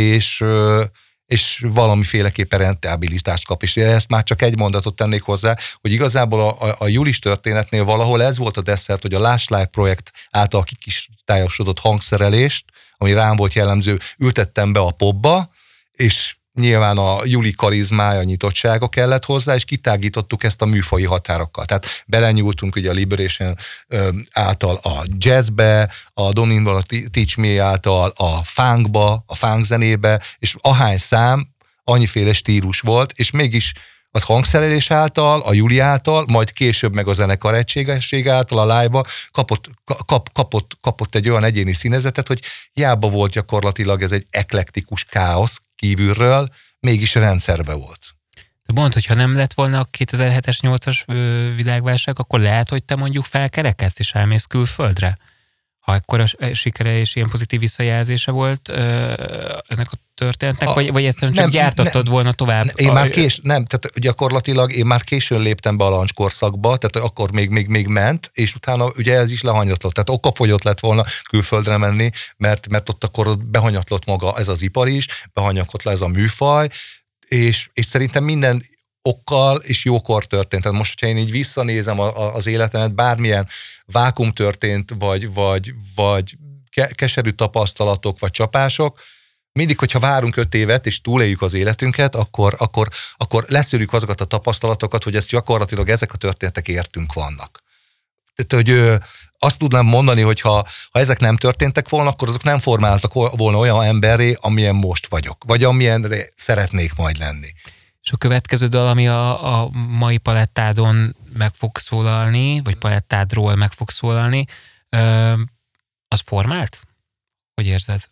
és valamiféleképpen rentabilitást kap. És ezt már csak egy mondatot tennék hozzá, hogy igazából a Julis történetnél valahol ez volt a desszert, hogy a Last Live projekt által kikristályosodott hangszerelést, ami rám volt jellemző, ültettem be a popba, és nyilván a Juli karizmája, nyitottsága kellett hozzá, és kitágítottuk ezt a műfaji határokkal. Tehát belenyúltunk ugye a Liberation által a jazzbe, a Don Inval, a Teach Me által a funkba, a funk zenébe, és ahány szám, annyiféle stílus volt, és mégis az hangszerelés által, a Juli által, majd később meg a zenekar egységesség által a live-ba kapott egy olyan egyéni színezetet, hogy hiába volt gyakorlatilag ez egy eklektikus káosz kívülről, mégis rendszerbe volt. De mondd, hogyha nem lett volna a 2007-es, 8-as világválság, akkor lehet, hogy te mondjuk felkerekedsz és elmész külföldre? Ha ekkora sikere és ilyen pozitív visszajelzése volt ennek a történetnek, vagy egyszerűen csak gyártottad volna tovább? Tehát gyakorlatilag én már későn léptem be a launch korszakba, tehát akkor még ment, és utána ugye ez is lehanyatlott. Tehát okafogyott lett volna külföldre menni, mert ott akkor behanyatlott maga ez az ipar is, behanyatlott le ez a műfaj, és szerintem minden okkal és jókor történt. Tehát most, hogyha én így visszanézem az életemet, bármilyen vákum történt, vagy keserű tapasztalatok, vagy csapások, mindig, hogyha várunk 5 évet, és túléljük az életünket, akkor leszűrjük azokat a tapasztalatokat, hogy ezt gyakorlatilag ezek a történetek értünk vannak. Tehát, hogy azt tudnám mondani, hogy ha ezek nem történtek volna, akkor azok nem formáltak volna olyan emberré, amilyen most vagyok, vagy amilyenre szeretnék majd lenni. És a következő dal, ami a mai palettádon meg fog szólalni, vagy palettádról meg fog szólalni, az formált? Hogy érzed?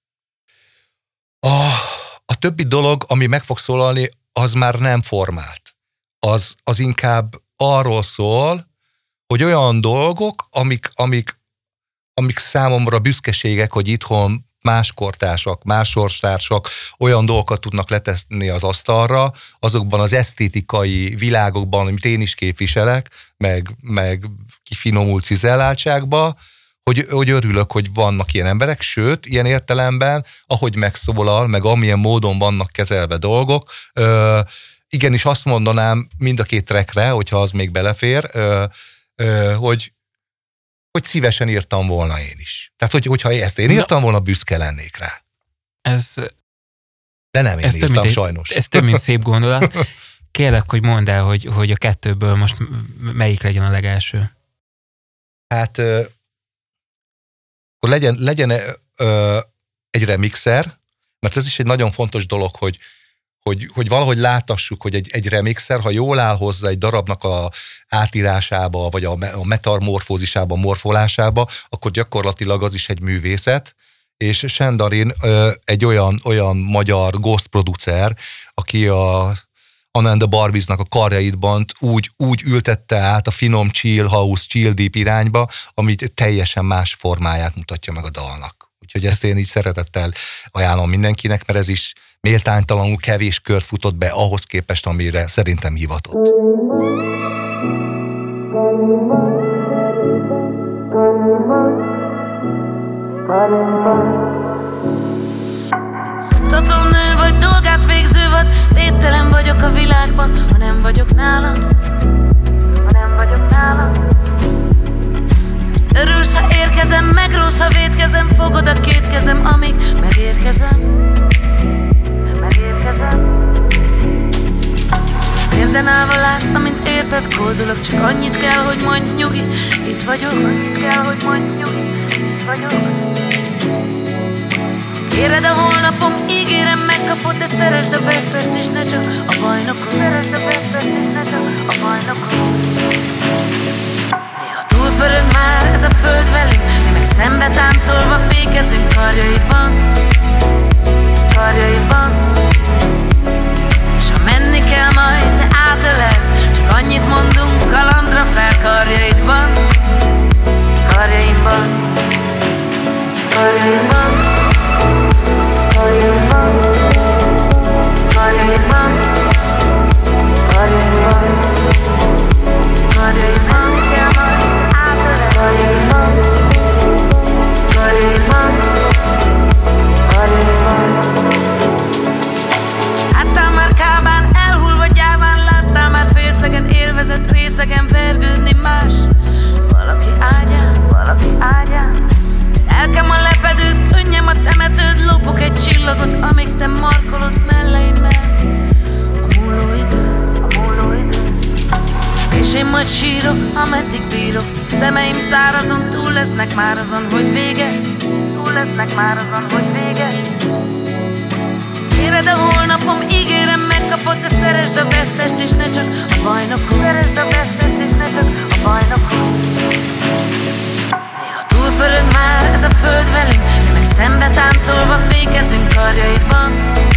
A többi dolog, ami meg fog szólalni, az már nem formált. Az inkább arról szól, hogy olyan dolgok, amik számomra büszkeségek, hogy itthon más kortársak, más sorstársak olyan dolgokat tudnak letenni az asztalra, azokban az esztétikai világokban, amit én is képviselek, meg kifinomult cizelláltságban, hogy örülök, hogy vannak ilyen emberek, sőt, ilyen értelemben, ahogy megszólal, meg amilyen módon vannak kezelve dolgok, igenis azt mondanám mind a 2 trackre, hogyha az még belefér, hogy szívesen írtam volna én is. Tehát, hogyha ezt én írtam volna, büszke lennék rá. De nem én írtam, sajnos. Ez több, mint szép gondolat. Kérlek, hogy mondd el, hogy a 2-ből most melyik legyen a legelső. Hát, akkor legyen egy remixer, Mert ez is egy nagyon fontos dolog, hogy valahogy látassuk, hogy egy remixer, ha jól áll hozzá egy darabnak a átírásába, vagy a metamorfózisába, morfolásába, akkor gyakorlatilag az is egy művészet, és Sean Darin egy olyan magyar ghost producer, aki a Anna and the Barbiesnak a karjaidban úgy ültette át a finom chill house, chill deep irányba, amit teljesen más formáját mutatja meg a dalnak. Úgyhogy ezt én így szeretettel ajánlom mindenkinek, mert ez is méltánytalanul kevés kört futott be ahhoz képest, amire szerintem hivatott. Szoktató nő vagy, dolgát végző vagy, védtelen vagyok a világban, ha nem vagyok nálad. Örülsz, ha érkezem, megrossz, ha vétkezem, fogod a két kezem, amíg megérkezem. Térden állva látsz, amint érted, koldulok, csak annyit kell, hogy mondj nyugi, itt vagyok. Kéred a holnapom, ígérem, megkapod, de szeresd a vesztest, és ne csak a bajnokot. Néha túlpörög már ez a föld velünk, mi meg szembe táncolva fékezünk karjaidban. És ha menni kell majd, te átölelsz, csak annyit mondunk, kalandra fel karjaidban. Láttál már Kábán, elhullva gyáván, láttál már félszegen, élvezett részegen vergődni más valaki ágyán. Lelkem a lepedőd, könnyem a temetőd, lopok egy csillagot, amíg te markolod melleimmel a múló időt. És én majd sírok, ameddig bírok, szemeim szárazon, túl lesznek már azon, hogy vége. Kéred a holnapom, ígérem, megkapod, de szeresd a vesztest, és ne csak a bajnokot. Néha túlpörög már ez a föld velünk, mi meg szembe táncolva fékezünk karjaidban.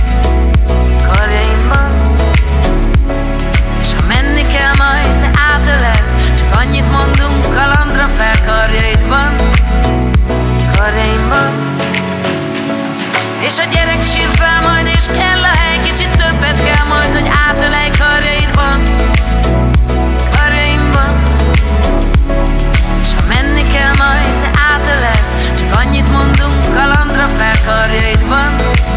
És ha menni kell majd, te átölelsz, csak annyit mondunk, kalandra fel karjaidban. És a gyerek sír fel majd, és kell a hely, kicsit többet kell majd, hogy átölelj karjaidban. És ha menni kell majd, te átölelsz, csak annyit mondunk, kalandra fel karjaidban.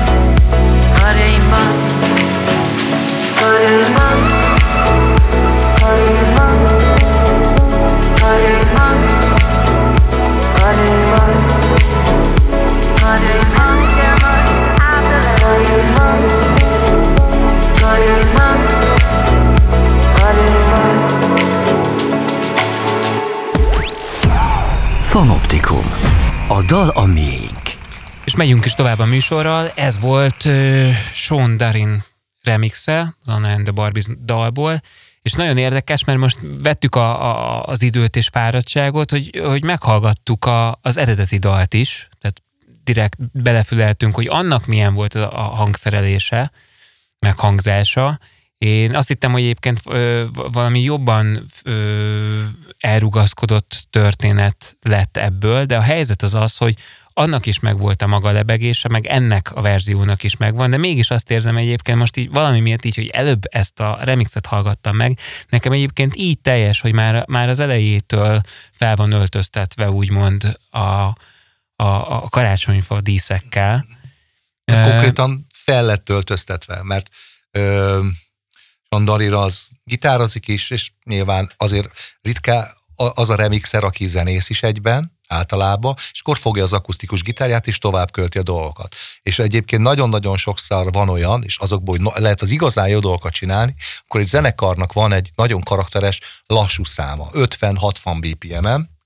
Fanoptikum. A dal a miénk. És megyünk is tovább a műsorral. Ez volt Sean Darin remixe, az Anna and the Barbies dalból, és nagyon érdekes, mert most vettük az időt és fáradtságot, hogy meghallgattuk az eredeti dalt is, tehát direkt belefüleltünk, hogy annak milyen volt a hangszerelése, meghangzása. Én azt hittem, hogy egyébként valami jobban elrugaszkodott történet lett ebből, de a helyzet az, hogy annak is megvolt a maga lebegése, meg ennek a verziónak is megvan, de mégis azt érzem egyébként most így valami miatt így, hogy előbb ezt a remixet hallgattam meg, nekem egyébként így teljes, hogy már az elejétől fel van öltöztetve úgymond a karácsonyfa díszekkel. Konkrétan fel lett öltöztetve, mert Sean Darin az gitározik is, és nyilván azért ritkán az a remixer, aki zenész is egyben, általában, és akkor fogja az akusztikus gitárját, és tovább költi a dolgokat. És egyébként nagyon-nagyon sokszor van olyan, és azokból, hogy lehet az igazán jó dolgokat csinálni, akkor egy zenekarnak van egy nagyon karakteres lassú száma, 50-60 BPM-en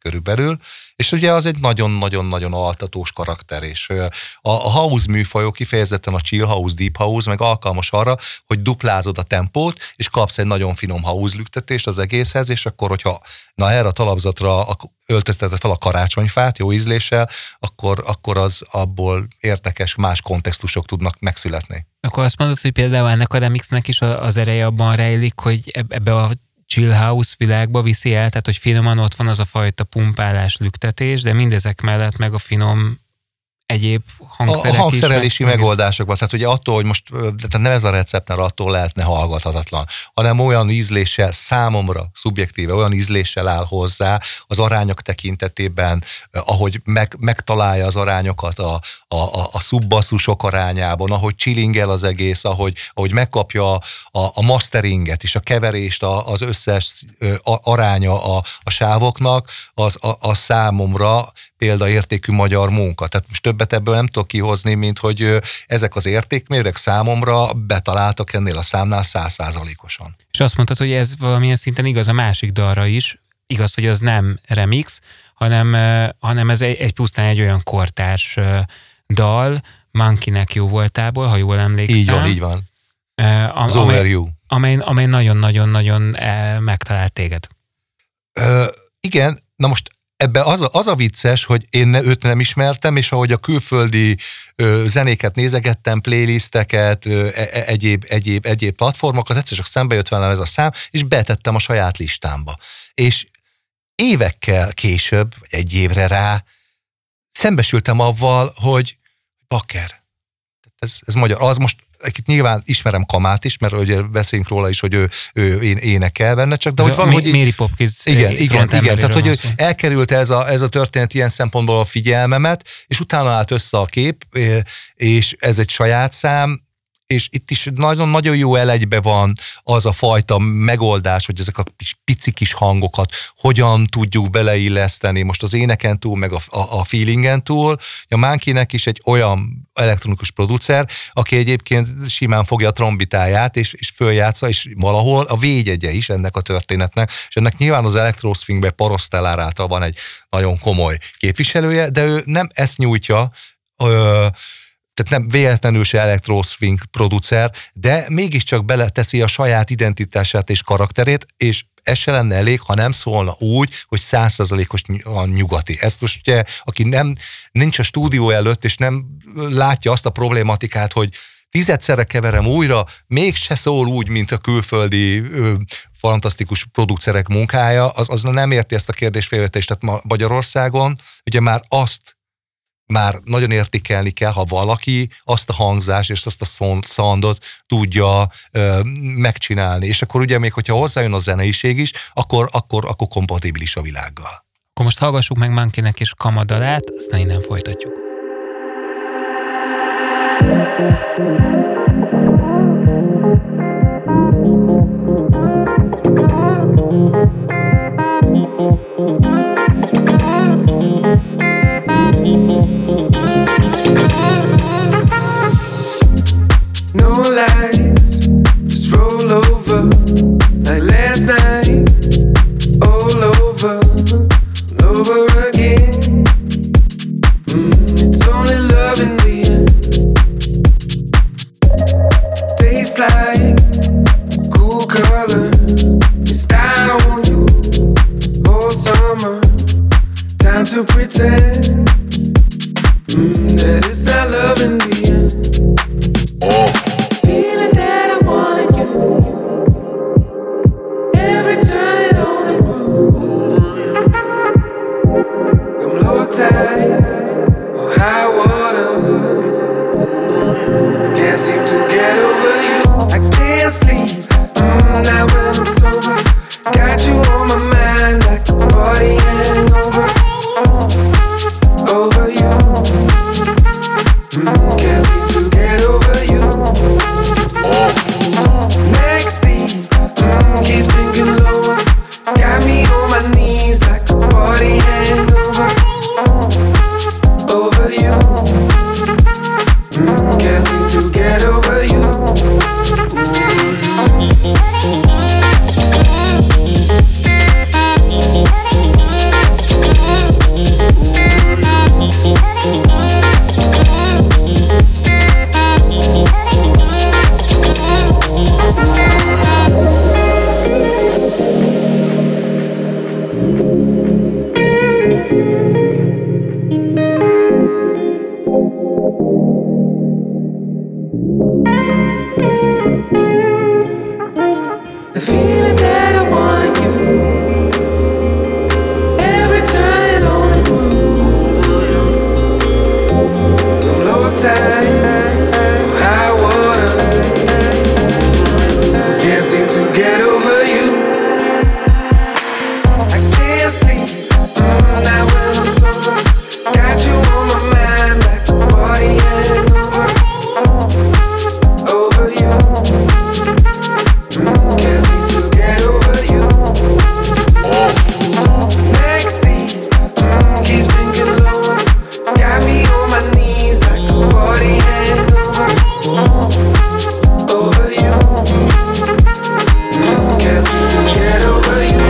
körülbelül, és ugye az egy nagyon-nagyon-nagyon altatós karakter, és a house műfajok, kifejezetten a chill house, deep house, meg alkalmas arra, hogy duplázod a tempót, és kapsz egy nagyon finom house lüktetést az egészhez, és akkor, hogyha erre a talapzatra öltözteted fel a karácsonyfát jó ízléssel, akkor az abból érdekes más kontextusok tudnak megszületni. Akkor azt mondod, hogy például ennek a remixnek is az ereje abban rejlik, hogy ebbe a chill house világba viszi el, tehát hogy finoman ott van az a fajta pumpálás, lüktetés, de mindezek mellett meg a finom egyéb hangszerek a hangszerelési megoldásokban, tehát ugye attól, hogy most tehát nem ez a recept, mert attól lehetne hallgathatatlan, hanem olyan ízléssel, számomra szubjektíve, olyan ízléssel áll hozzá az arányok tekintetében, ahogy megtalálja az arányokat a szubbasszusok arányában, ahogy chillingel az egész, ahogy megkapja a masteringet és a keverést, az összes aránya a sávoknak, az számomra példaértékű magyar munka. Tehát most többet ebből nem tudok kihozni, mint hogy ezek az értékmérők számomra betaláltak ennél a számnál 100%-osan. És azt mondtad, hogy ez valamilyen szinten igaz a másik dalra is. Igaz, hogy az nem remix, hanem ez egy pusztán egy olyan kortárs dal, Monkeynek jó voltából, ha jól emlékszem. Így van. Over You. Amely nagyon-nagyon-nagyon megtalált téged. Igen, na most ebbe az a vicces, hogy én őt nem ismertem, és ahogy a külföldi zenéket nézegettem, playlisteket, egyéb platformokat, egyszer csak szembe jött velem ez a szám, és betettem a saját listámba. És évekkel később, vagy egy évre rá szembesültem avval, hogy bakker. Ez magyar. Az most nyilván ismerem Kamát is, mert ugye beszélünk róla is, hogy ő énekel benne, csak de hogy van, hogy... Mary Poppins. Igen. Tehát, hogy elkerült ez a történet ilyen szempontból a figyelmemet, és utána állt össze a kép, és ez egy saját szám, és itt is nagyon-nagyon jó elegybe van az a fajta megoldás, hogy ezek a pici kis hangokat hogyan tudjuk beleilleszteni most az éneken túl, meg a feelingen túl. A Monkeynek is egy olyan elektronikus producer, aki egyébként simán fogja a trombitáját, és följátsza, és valahol a védjegye is ennek a történetnek, és ennek nyilván az Electroswingben Parosztellár által van egy nagyon komoly képviselője, de ő nem ezt nyújtja, tehát nem véletlenül se electro-swing producer, de mégiscsak beleteszi a saját identitását és karakterét, és ez se lenne elég, ha nem szólna úgy, hogy 100%-os nyugati. Ezt most ugye, aki nincs a stúdió előtt, és nem látja azt a problématikát, hogy 10-szerre keverem újra, mégse szól úgy, mint a külföldi fantasztikus producerek munkája, az nem érti ezt a kérdésfelvetést. Tehát Magyarországon ugye már nagyon értékelni kell, ha valaki azt a hangzást és azt a soundot tudja megcsinálni. És akkor ugye még, hogyha hozzájön a zeneiség is, akkor kompatibilis a világgal. Akkor most hallgassuk meg Monkeynek és Kama dalát, aztán innen folytatjuk. No lies, just roll over like last night, all over and over again. It's only love in the end. feeling that I want you. Every turn only grew. No low tide, no high water. Can't seem to get over you. I can't sleep now when I'm sober. Got you on my mind like a party hangover. Over you. Can't seem to get over you. Neck deep, keep sinking lower. Got me on my knees like a party hangover. Over you. Can't seem to get over you.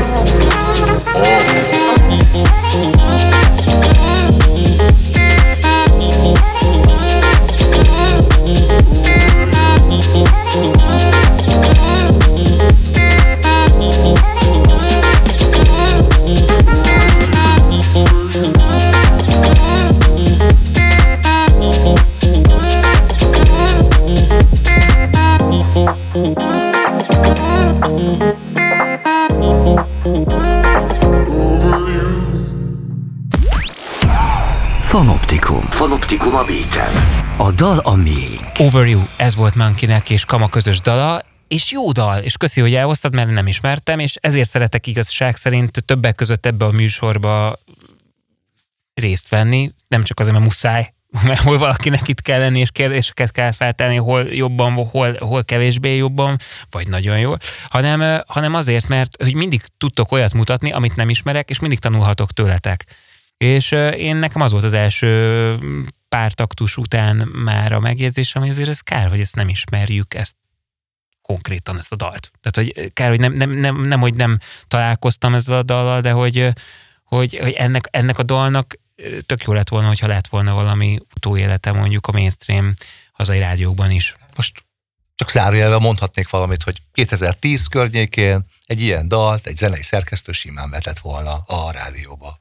Fanoptikum a beaten. A dal a miénk. Over You, ez volt Monkeynek és Kama közös dala, és jó dal, és köszi, hogy elhoztad, mert nem ismertem, és ezért szeretek igazság szerint többek között ebbe a műsorba részt venni, nem csak azért, mert muszáj, mert hol valakinek itt kell lenni, és kérdéseket kell feltenni, hol jobban, hol kevésbé jobban, vagy nagyon jól, hanem azért, mert hogy mindig tudtok olyat mutatni, amit nem ismerek, és mindig tanulhatok tőletek. És nekem az volt az első pár taktus után már a megjegyzésem, hogy azért ez kár, hogy ezt nem ismerjük, ezt konkrétan ezt a dalt. Tehát, hogy kár, hogy nem hogy nem találkoztam ezzel a dallal, de hogy ennek a dalnak tök jó lett volna, hogyha lett volna valami utóélete mondjuk a mainstream hazai rádiókban is. Most csak zárójelben mondhatnék valamit, hogy 2010 környékén egy ilyen dalt egy zenei szerkesztő simán vetett volna a rádióba.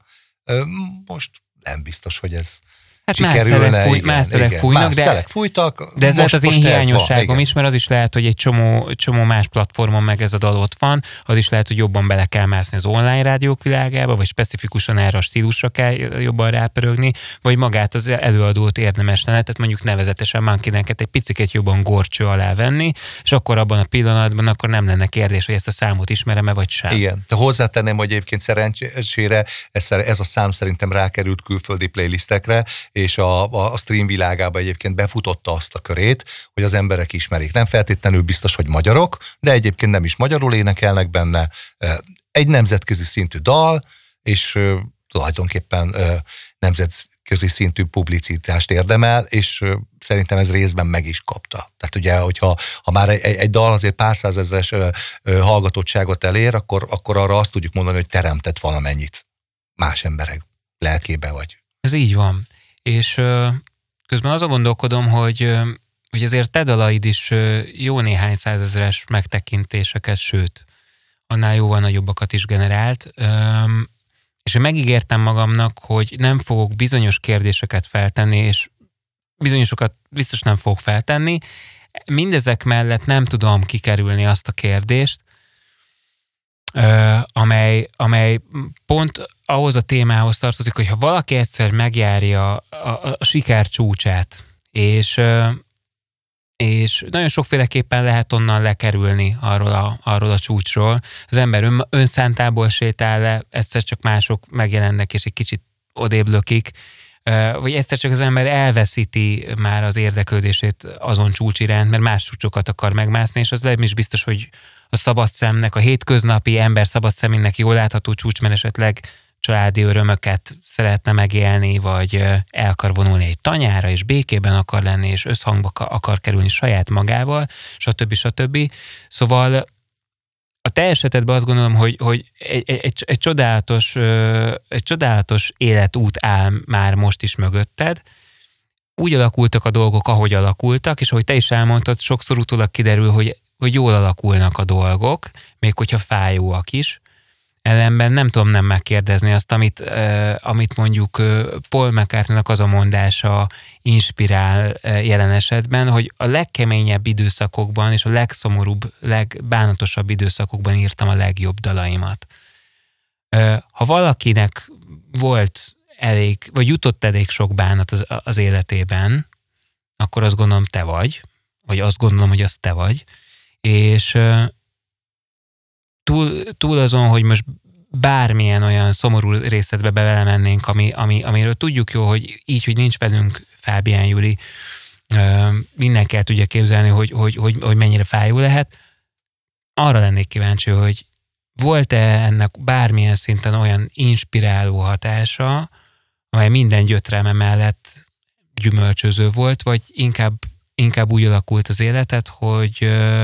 Most nem biztos, hogy ez sikerülne. Más szelek fújnak, más szelek fújtak. De ez lehet az én hiányosságom is, mert az is lehet, hogy egy csomó más platformon meg ez a dal ott van, az is lehet, hogy jobban bele kell mászni az online rádiók világába, vagy specifikusan erre a stílusra kell jobban rápörögni, vagy magát az előadót érdemes lenne, tehát mondjuk nevezetesen Monkeynek egy picit jobban górcső alá venni, és akkor abban a pillanatban akkor nem lenne kérdés, hogy ezt a számot ismerem-e, vagy sem. Igen. De hozzátenném, hogy egyébként szerencsére ez a szám szerintem rákerült külföldi playlistekre, és a stream világában egyébként befutotta azt a körét, hogy az emberek ismerik. Nem feltétlenül biztos, hogy magyarok, de egyébként nem is magyarul énekelnek benne. Egy nemzetközi szintű dal, és tulajdonképpen nemzetközi szintű publicitást érdemel, és szerintem ez részben meg is kapta. Tehát ugye, hogyha már egy dal azért pár százezres hallgatottságot elér, akkor arra azt tudjuk mondani, hogy teremtett valamennyit más emberek lelkébe vagy. Ez így van. És közben azon gondolkodom, hogy azért te dalaid is jó néhány százezres megtekintéseket, sőt, annál jóval nagyobbakat is generált, és én megígértem magamnak, hogy nem fogok bizonyos kérdéseket feltenni, és bizonyosokat biztos nem fogok feltenni. Mindezek mellett nem tudom kikerülni azt a kérdést, amely pont ahhoz a témához tartozik, hogy ha valaki egyszer megjárja a siker csúcsát, és nagyon sokféleképpen lehet onnan lekerülni arról a csúcsról. Az ember önszántából sétál le, egyszer csak mások megjelennek, és egy kicsit odébb lökik, vagy egyszer csak az ember elveszíti már az érdeklődését azon csúcs iránt, mert más csúcsokat akar megmászni, és az nem is biztos, hogy a szabad szemnek, a hétköznapi ember szabad szemének jól látható csúcs, mert esetleg családi örömöket szeretne megélni, vagy el akar vonulni egy tanyára, és békében akar lenni, és összhangba akar kerülni saját magával, stb. Szóval a te esetedben azt gondolom, hogy egy csodálatos életút áll már most is mögötted. Úgy alakultak a dolgok, ahogy alakultak, és ahogy te is elmondtad, sokszor utólag kiderül, hogy jól alakulnak a dolgok, még hogyha fájóak is. Ellenben nem tudom nem megkérdezni azt, amit mondjuk Paul McCartney-nak az a mondása inspirál jelen esetben, hogy a legkeményebb időszakokban és a legszomorúbb, legbánatosabb időszakokban írtam a legjobb dalaimat. Ha valakinek volt elég, vagy jutott elég sok bánat az életében, akkor azt gondolom te vagy azt gondolom, hogy az te vagy, és túl azon, hogy most bármilyen olyan szomorú részletbe belemennénk, amiről tudjuk jó, hogy így, hogy nincs velünk Fábián Júli, mindenki el tudja képzelni, hogy mennyire fájó lehet. Arra lennék kíváncsi, hogy volt-e ennek bármilyen szinten olyan inspiráló hatása, amely minden gyötrelme mellett gyümölcsöző volt, vagy inkább úgy alakult az életed, hogy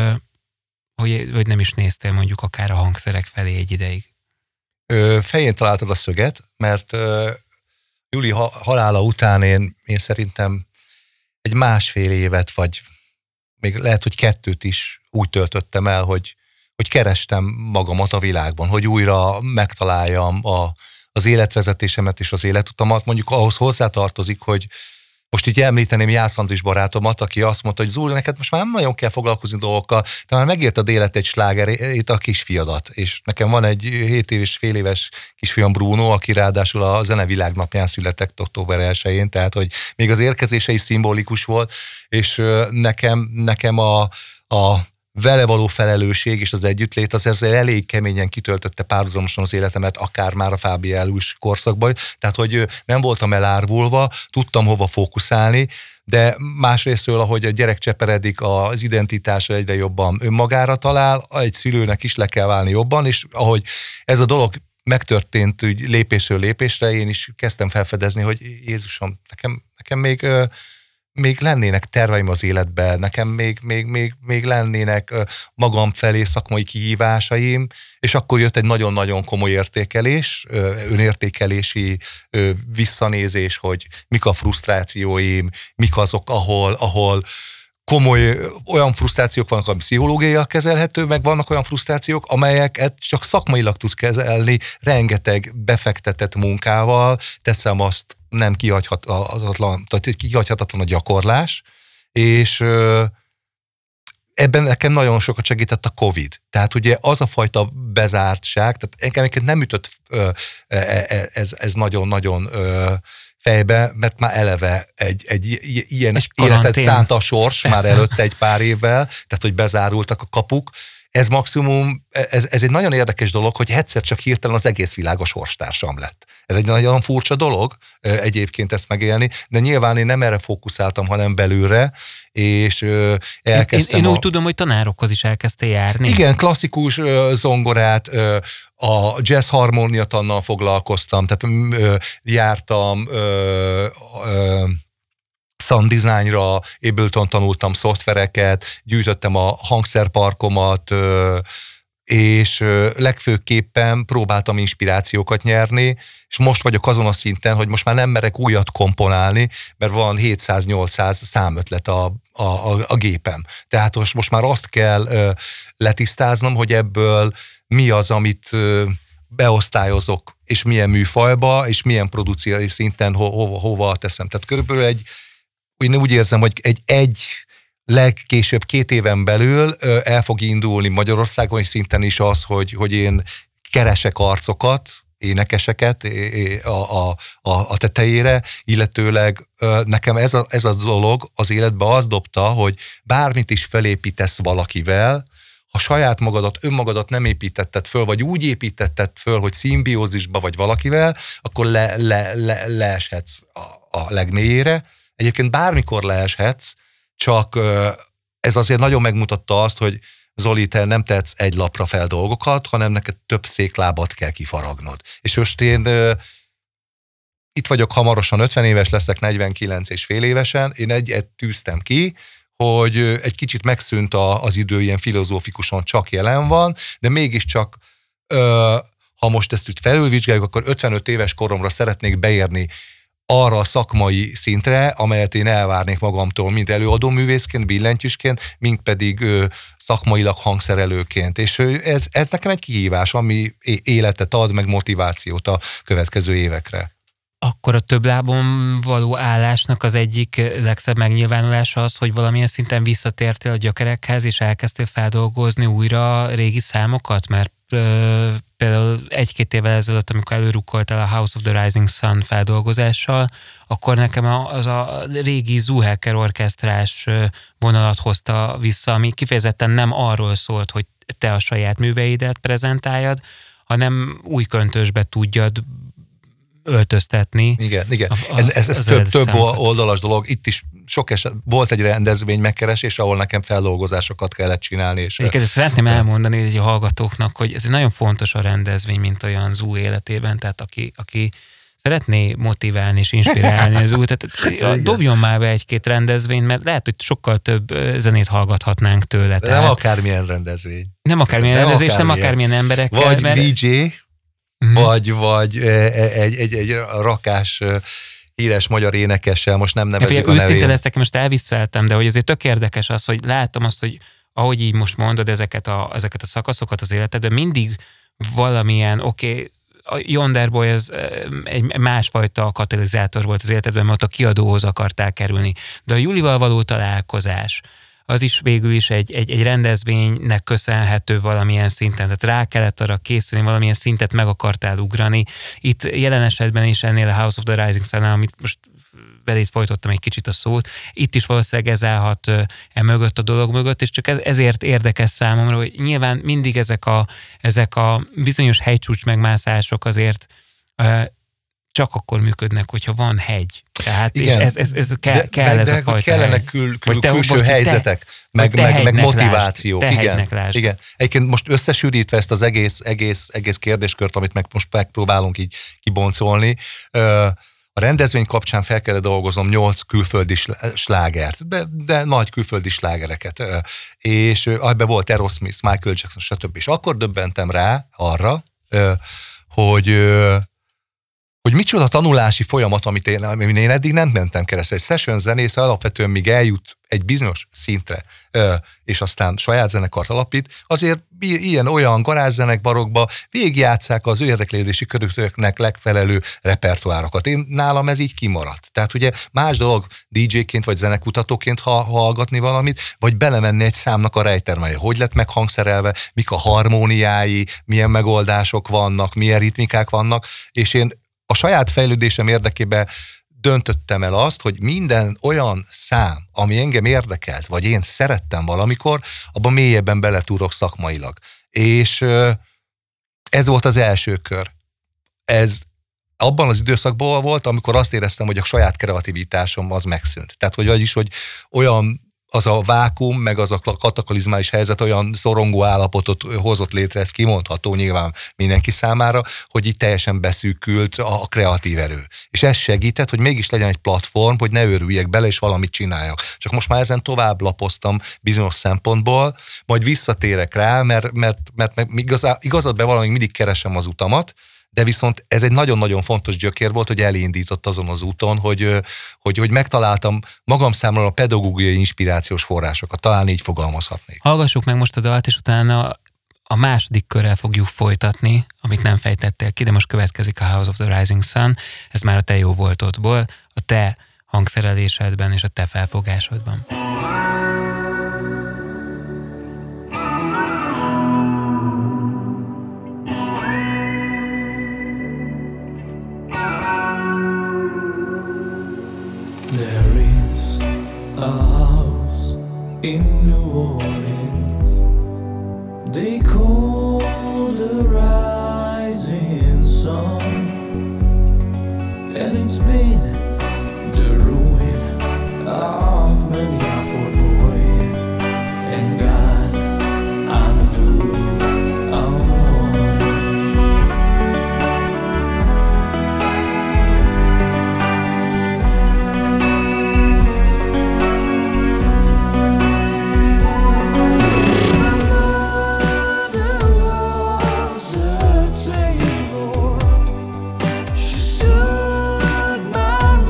nem is néztél mondjuk akár a hangszerek felé egy ideig? Fején találtad a szöget, mert Júli halála után én szerintem egy 1,5 évet, vagy még lehet, hogy 2 is úgy töltöttem el, hogy kerestem magamat a világban, hogy újra megtaláljam az életvezetésemet és az életutamat. Mondjuk ahhoz hozzátartozik, hogy most így említeném Jász Andris barátomat, aki azt mondta, hogy Zoli, neked most már nem nagyon kell foglalkozni dolgokkal, te már megérted élet egy slágerét, a kisfiadat. És nekem van egy 7 éves, fél éves kisfiam Bruno, aki ráadásul a zenevilágnapján született október 1-én, tehát hogy még az érkezése is szimbolikus volt, és nekem a vele való felelősség és az együttlét azért elég keményen kitöltötte párhuzamosan az életemet, akár már a Fábi Júlis korszakban, tehát hogy nem voltam elárvulva, tudtam hova fókuszálni, de másrésztről, ahogy a gyerek cseperedik, az identitása egyre jobban önmagára talál, egy szülőnek is le kell válni jobban, és ahogy ez a dolog megtörtént úgy lépésről lépésre, én is kezdtem felfedezni, hogy Jézusom, nekem még lennének terveim az életben, nekem még lennének magam felé szakmai kihívásaim, és akkor jött egy nagyon-nagyon komoly értékelés, önértékelési visszanézés, hogy mik a frusztrációim, mik azok, ahol komoly olyan frusztrációk vannak, ami pszichológiailag kezelhető, meg vannak olyan frusztrációk, amelyeket csak szakmailag tudsz kezelni, rengeteg befektetett munkával, teszem azt, nem kihagyhatatlan a gyakorlás, és ebben nekem nagyon sokat segített a Covid. Tehát ugye az a fajta bezártság, tehát engem nem ütött ez nagyon-nagyon fejbe, mert már eleve egy ilyen életet szánt a sors már előtte egy pár évvel, tehát hogy bezárultak a kapuk. Ez maximum, ez egy nagyon érdekes dolog, hogy egyszer csak hirtelen az egész világ a sorstársam lett. Ez egy nagyon furcsa dolog egyébként ezt megélni, de nyilván én nem erre fókuszáltam, hanem belülre, és elkezdtem Én úgy tudom, hogy tanárokhoz is elkezdtél járni. Igen, klasszikus zongorát, a jazz harmóniatannal foglalkoztam, tehát jártam sound designra, Ableton tanultam szoftvereket, gyűjtöttem a hangszerparkomat, és legfőképpen próbáltam inspirációkat nyerni, és most vagyok azon a szinten, hogy most már nem merek újat komponálni, mert van 700-800 számötlet a gépem. Tehát most már azt kell letisztáznom, hogy ebből mi az, amit beosztályozok, és milyen műfajba, és milyen producírai szinten hova teszem. Tehát körülbelül úgy érzem, hogy egy legkésőbb 2 éven belül el fog indulni Magyarországon szinten is az, hogy én keresek arcokat, énekeseket a tetejére, illetőleg nekem ez a dolog az életbe az dobta, hogy bármit is felépítesz valakivel, ha saját önmagadat nem építetted föl, vagy úgy építetted föl, hogy szimbiózisba vagy valakivel, akkor leeshetsz a legmélyére. Egyébként bármikor leeshetsz, csak ez azért nagyon megmutatta azt, hogy Zoli, te nem tetsz egy lapra fel dolgokat, hanem neked több széklábat kell kifaragnod. És most én itt vagyok hamarosan, 50 éves leszek, 49 és fél évesen, én egyet tűztem ki, hogy egy kicsit megszűnt az idő, ilyen filozófikusan csak jelen van, de mégiscsak ha most ezt úgy felülvizsgáljuk, akkor 55 éves koromra szeretnék beérni arra a szakmai szintre, amelyet én elvárnék magamtól, mint előadó művészként, billentyűsként, mint pedig szakmailag hangszerelőként. És ez nekem egy kihívás, ami életet ad, meg motivációt a következő évekre. Akkor a több lábon való állásnak az egyik legszebb megnyilvánulása az, hogy valamilyen szinten visszatértél a gyökerekhez, és elkezdtél feldolgozni újra régi számokat, mert például 1-2 évvel ezelőtt, amikor előrukkoltál a House of the Rising Sun feldolgozással, akkor nekem az a régi Zuhacker orkesztrás vonalat hozta vissza, ami kifejezetten nem arról szólt, hogy te a saját műveidet prezentáljad, hanem új köntösbe tudjad öltöztetni. Igen. Ez több oldalas dolog. Itt is sok eset, volt egy rendezvény megkeresés, ahol nekem feldolgozásokat kellett csinálni. És ezt szeretném elmondani hogy a hallgatóknak, hogy ez nagyon fontos a rendezvény, mint olyan Zú életében, tehát aki szeretné motiválni és inspirálni az új, tehát dobjon már be 1-2 rendezvényt, mert lehet, hogy sokkal több zenét hallgathatnunk tőle. Nem akármilyen rendezvény. Nem akármilyen emberekkel. Vagy VJ, vagy egy rakás híres magyar énekessel, most nem nevezzük a nevét. Őszinte leszek, most elvicceltem, de hogy azért tök érdekes az, hogy látom azt, hogy ahogy így most mondod ezeket a szakaszokat az életedben, mindig valamilyen, a Yonder Boy ez egy másfajta katalizátor volt az életedben, mert ott a kiadóhoz akartál kerülni. De a Julival való találkozás, az is végül is egy rendezvénynek köszönhető valamilyen szinten, tehát rá kellett arra készülni, valamilyen szintet meg akartál ugrani. Itt jelen esetben is ennél a House of the Rising Sun, amit most belét folytottam egy kicsit a szót, itt is valószínűleg ez állhat mögött a dolog mögött, és csak ezért érdekes számomra, hogy nyilván mindig ezek a bizonyos hegycsúcs megmászások azért csak akkor működnek, hogyha van hegy. Tehát igen, és ez kell ez a fajta kellenek külső helyzetek, meg motivációk. Igen. Egyébként most összesűrítve ezt az egész kérdéskört, amit most megpróbálunk így kiboncolni, a rendezvény kapcsán fel kellett dolgoznom 8 külföldi slágert, de nagy külföldi slágereket. És ebben volt Aerosmith, Michael Jackson, stb. És akkor döbbentem rá arra, hogy micsoda tanulási folyamat, amit én eddig nem mentem keresztül. Egy session zenész alapvetően még eljut egy bizonyos szintre, és aztán saját zenekart alapít, azért ilyen-olyan garázszenekbarokba végigjátsszák az ő érdeklődési körüknek legfelelő repertoárokat. Nálam ez így kimaradt. Tehát ugye más dolog DJ-ként vagy zenekutatóként hallgatni valamit, vagy belemenni egy számnak a rejtermelje. Hogy lett meghangszerelve, mik a harmóniái, milyen megoldások vannak, milyen ritmikák vannak, és én a saját fejlődésem érdekében döntöttem el azt, hogy minden olyan szám, ami engem érdekelt, vagy én szerettem valamikor, abban mélyebben beletúrok szakmailag. És ez volt az első kör. Ez abban az időszakban volt, amikor azt éreztem, hogy a saját kreativitásom az megszűnt. Tehát, vagyis, hogy olyan az a vákum, meg az a kataklizmális helyzet olyan szorongó állapotot hozott létre, ez kimondható nyilván mindenki számára, hogy itt teljesen beszűkült a kreatív erő. És ez segített, hogy mégis legyen egy platform, hogy ne őrüljek bele, és valamit csináljak. Csak most már ezen tovább lapoztam bizonyos szempontból, majd visszatérek rá, mert igazad be valamit mindig keresem az utamat, de viszont ez egy nagyon-nagyon fontos gyökér volt, hogy elindított azon az úton, hogy megtaláltam magam számára a pedagógiai inspirációs forrásokat. Talán így fogalmazhatnék. Hallgassuk meg most a dalt, és utána a második körrel fogjuk folytatni, amit nem fejtettél ki, de most következik a House of the Rising Sun. Ez már a te jó voltodból, a te hangszerelésedben és a te felfogásodban. There is a house in New Orleans they call the Rising Sun, and it's been the ruin of many a poor boy, and God I knew she stood my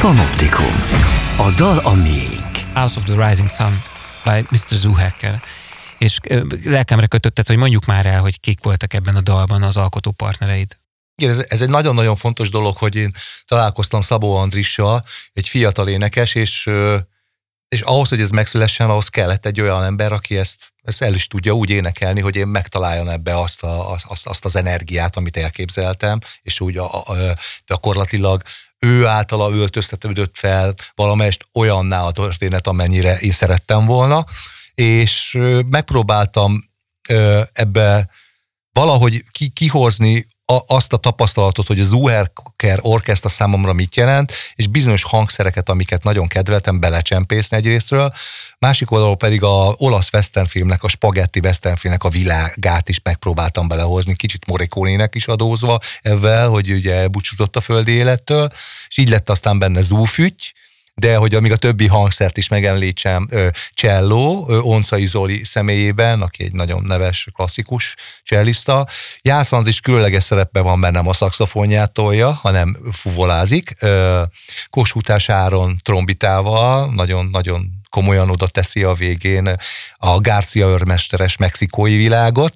Fanoptikum. A dal a miénk. House of the Rising Sun by Mr. Zoohacker. És lelkemre kötötted, hogy mondjuk már el, hogy kik voltak ebben a dalban az alkotó partnereid. Igen, ez egy nagyon-nagyon fontos dolog, hogy én találkoztam Szabó Andrissal, egy fiatal énekes, és ahhoz, hogy ez megszülessen, ahhoz kellett egy olyan ember, aki ezt el is tudja úgy énekelni, hogy én megtaláljam ebbe azt az energiát, amit elképzeltem, és úgy gyakorlatilag ő általa öltöztetődött fel valamelyest olyanná a történet, amennyire én szerettem volna, és megpróbáltam ebbe valahogy kihozni azt a tapasztalatot, hogy a Zoohacker orkesztra számomra mit jelent, és bizonyos hangszereket, amiket nagyon kedveltem, belecsempészni egyrésztről, másik oldalról pedig a olasz westernfilmnek, a spagetti westernfilmnek a világát is megpróbáltam belehozni, kicsit Morricone-nek is adózva ebben, hogy ugye elbúcsúzott a földi élettől, és így lett aztán benne zúfüty, de hogy amíg a többi hangszert is megemlítsem, Cello, Oncai Zoli személyében, aki egy nagyon neves, klasszikus cellista. Jász Andris különleges szerepben van bennem, a szaxofonját tolja, hanem fuvolázik. Kossuth Áron trombitával, nagyon-nagyon komolyan oda teszi a végén a Garcia őrmesteres mexikói világot,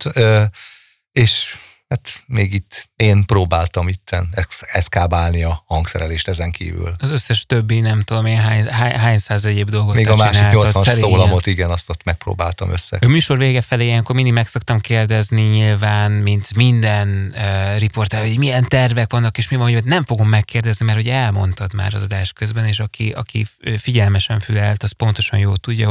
és hát még itt én próbáltam itten eszkábálni a hangszerelést ezen kívül. Az összes többi, nem tudom én hány száz egyéb dolgot még a másik 80-as szólamot, igen, azt ott megpróbáltam össze. A műsor vége felé ilyenkor mindig meg szoktam kérdezni nyilván, mint minden riporter, hogy milyen tervek vannak, és mi van, hogy nem fogom megkérdezni, mert hogy elmondtad már az adás közben, és aki figyelmesen fülelt, az pontosan jól tudja,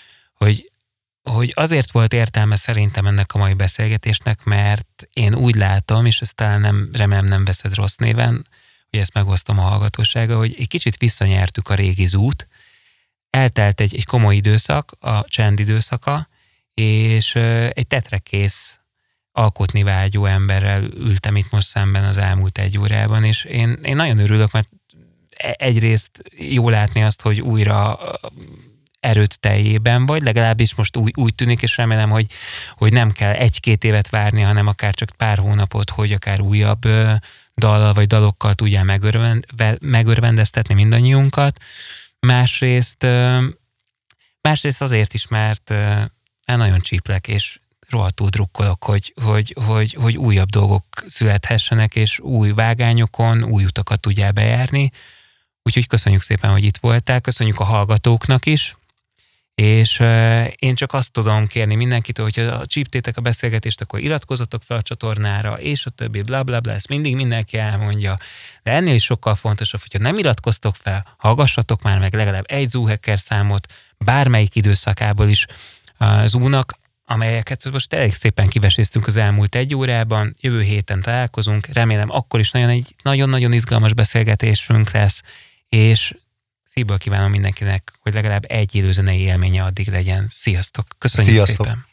hogy azért volt értelme szerintem ennek a mai beszélgetésnek, mert én úgy látom, és ezt talán remélem nem veszed rossz néven, hogy ezt megosztom a hallgatósággal, hogy egy kicsit visszanyertük a régi Zoot, eltelt egy komoly időszak, a csend időszaka, és egy tetrekész alkotni vágyó emberrel ültem itt most szemben az elmúlt 1 órában, és én nagyon örülök, mert egyrészt jó látni azt, hogy újra erőt teljében vagy, legalábbis most úgy tűnik, és remélem, hogy nem kell 1-2 évet várni, hanem akár csak pár hónapot, hogy akár újabb dallal vagy dalokkal tudjál megörvendeztetni mindannyiunkat. Másrészt azért is, mert nagyon csíplek, és rohadtul drukkolok, hogy újabb dolgok születhessenek, és új vágányokon, új utakat tudjál bejárni. Úgyhogy köszönjük szépen, hogy itt voltál, köszönjük a hallgatóknak is, és én csak azt tudom kérni mindenkitől, hogyha csíptétek a beszélgetést, akkor iratkozzatok fel a csatornára, és a többi blablabla, ezt mindig mindenki elmondja, de ennél is sokkal fontosabb, hogyha nem iratkoztok fel, hallgassatok már meg legalább egy Zoohacker számot, bármelyik időszakából is Zoonak, amelyeket most elég szépen kiveséztünk az elmúlt 1 órában, jövő héten találkozunk, remélem akkor is nagyon-nagyon izgalmas beszélgetésünk lesz, és szívből kívánom mindenkinek, hogy legalább egy élőzenei élménye addig legyen. Sziasztok! Köszönjük szépen!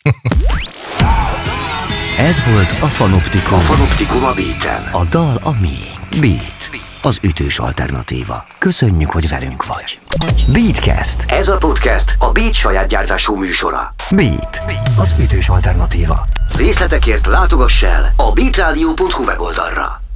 Ez volt a Fanoptikum. A Fanoptikum a Beaten. A dal a miénk. Beat. Az ütős alternatíva. Köszönjük, hogy velünk vagy. Beatcast. Ez a podcast a Beat saját gyártású műsora. Beat. Az ütős alternatíva. Részletekért látogass el a beatradio.hu weboldalra.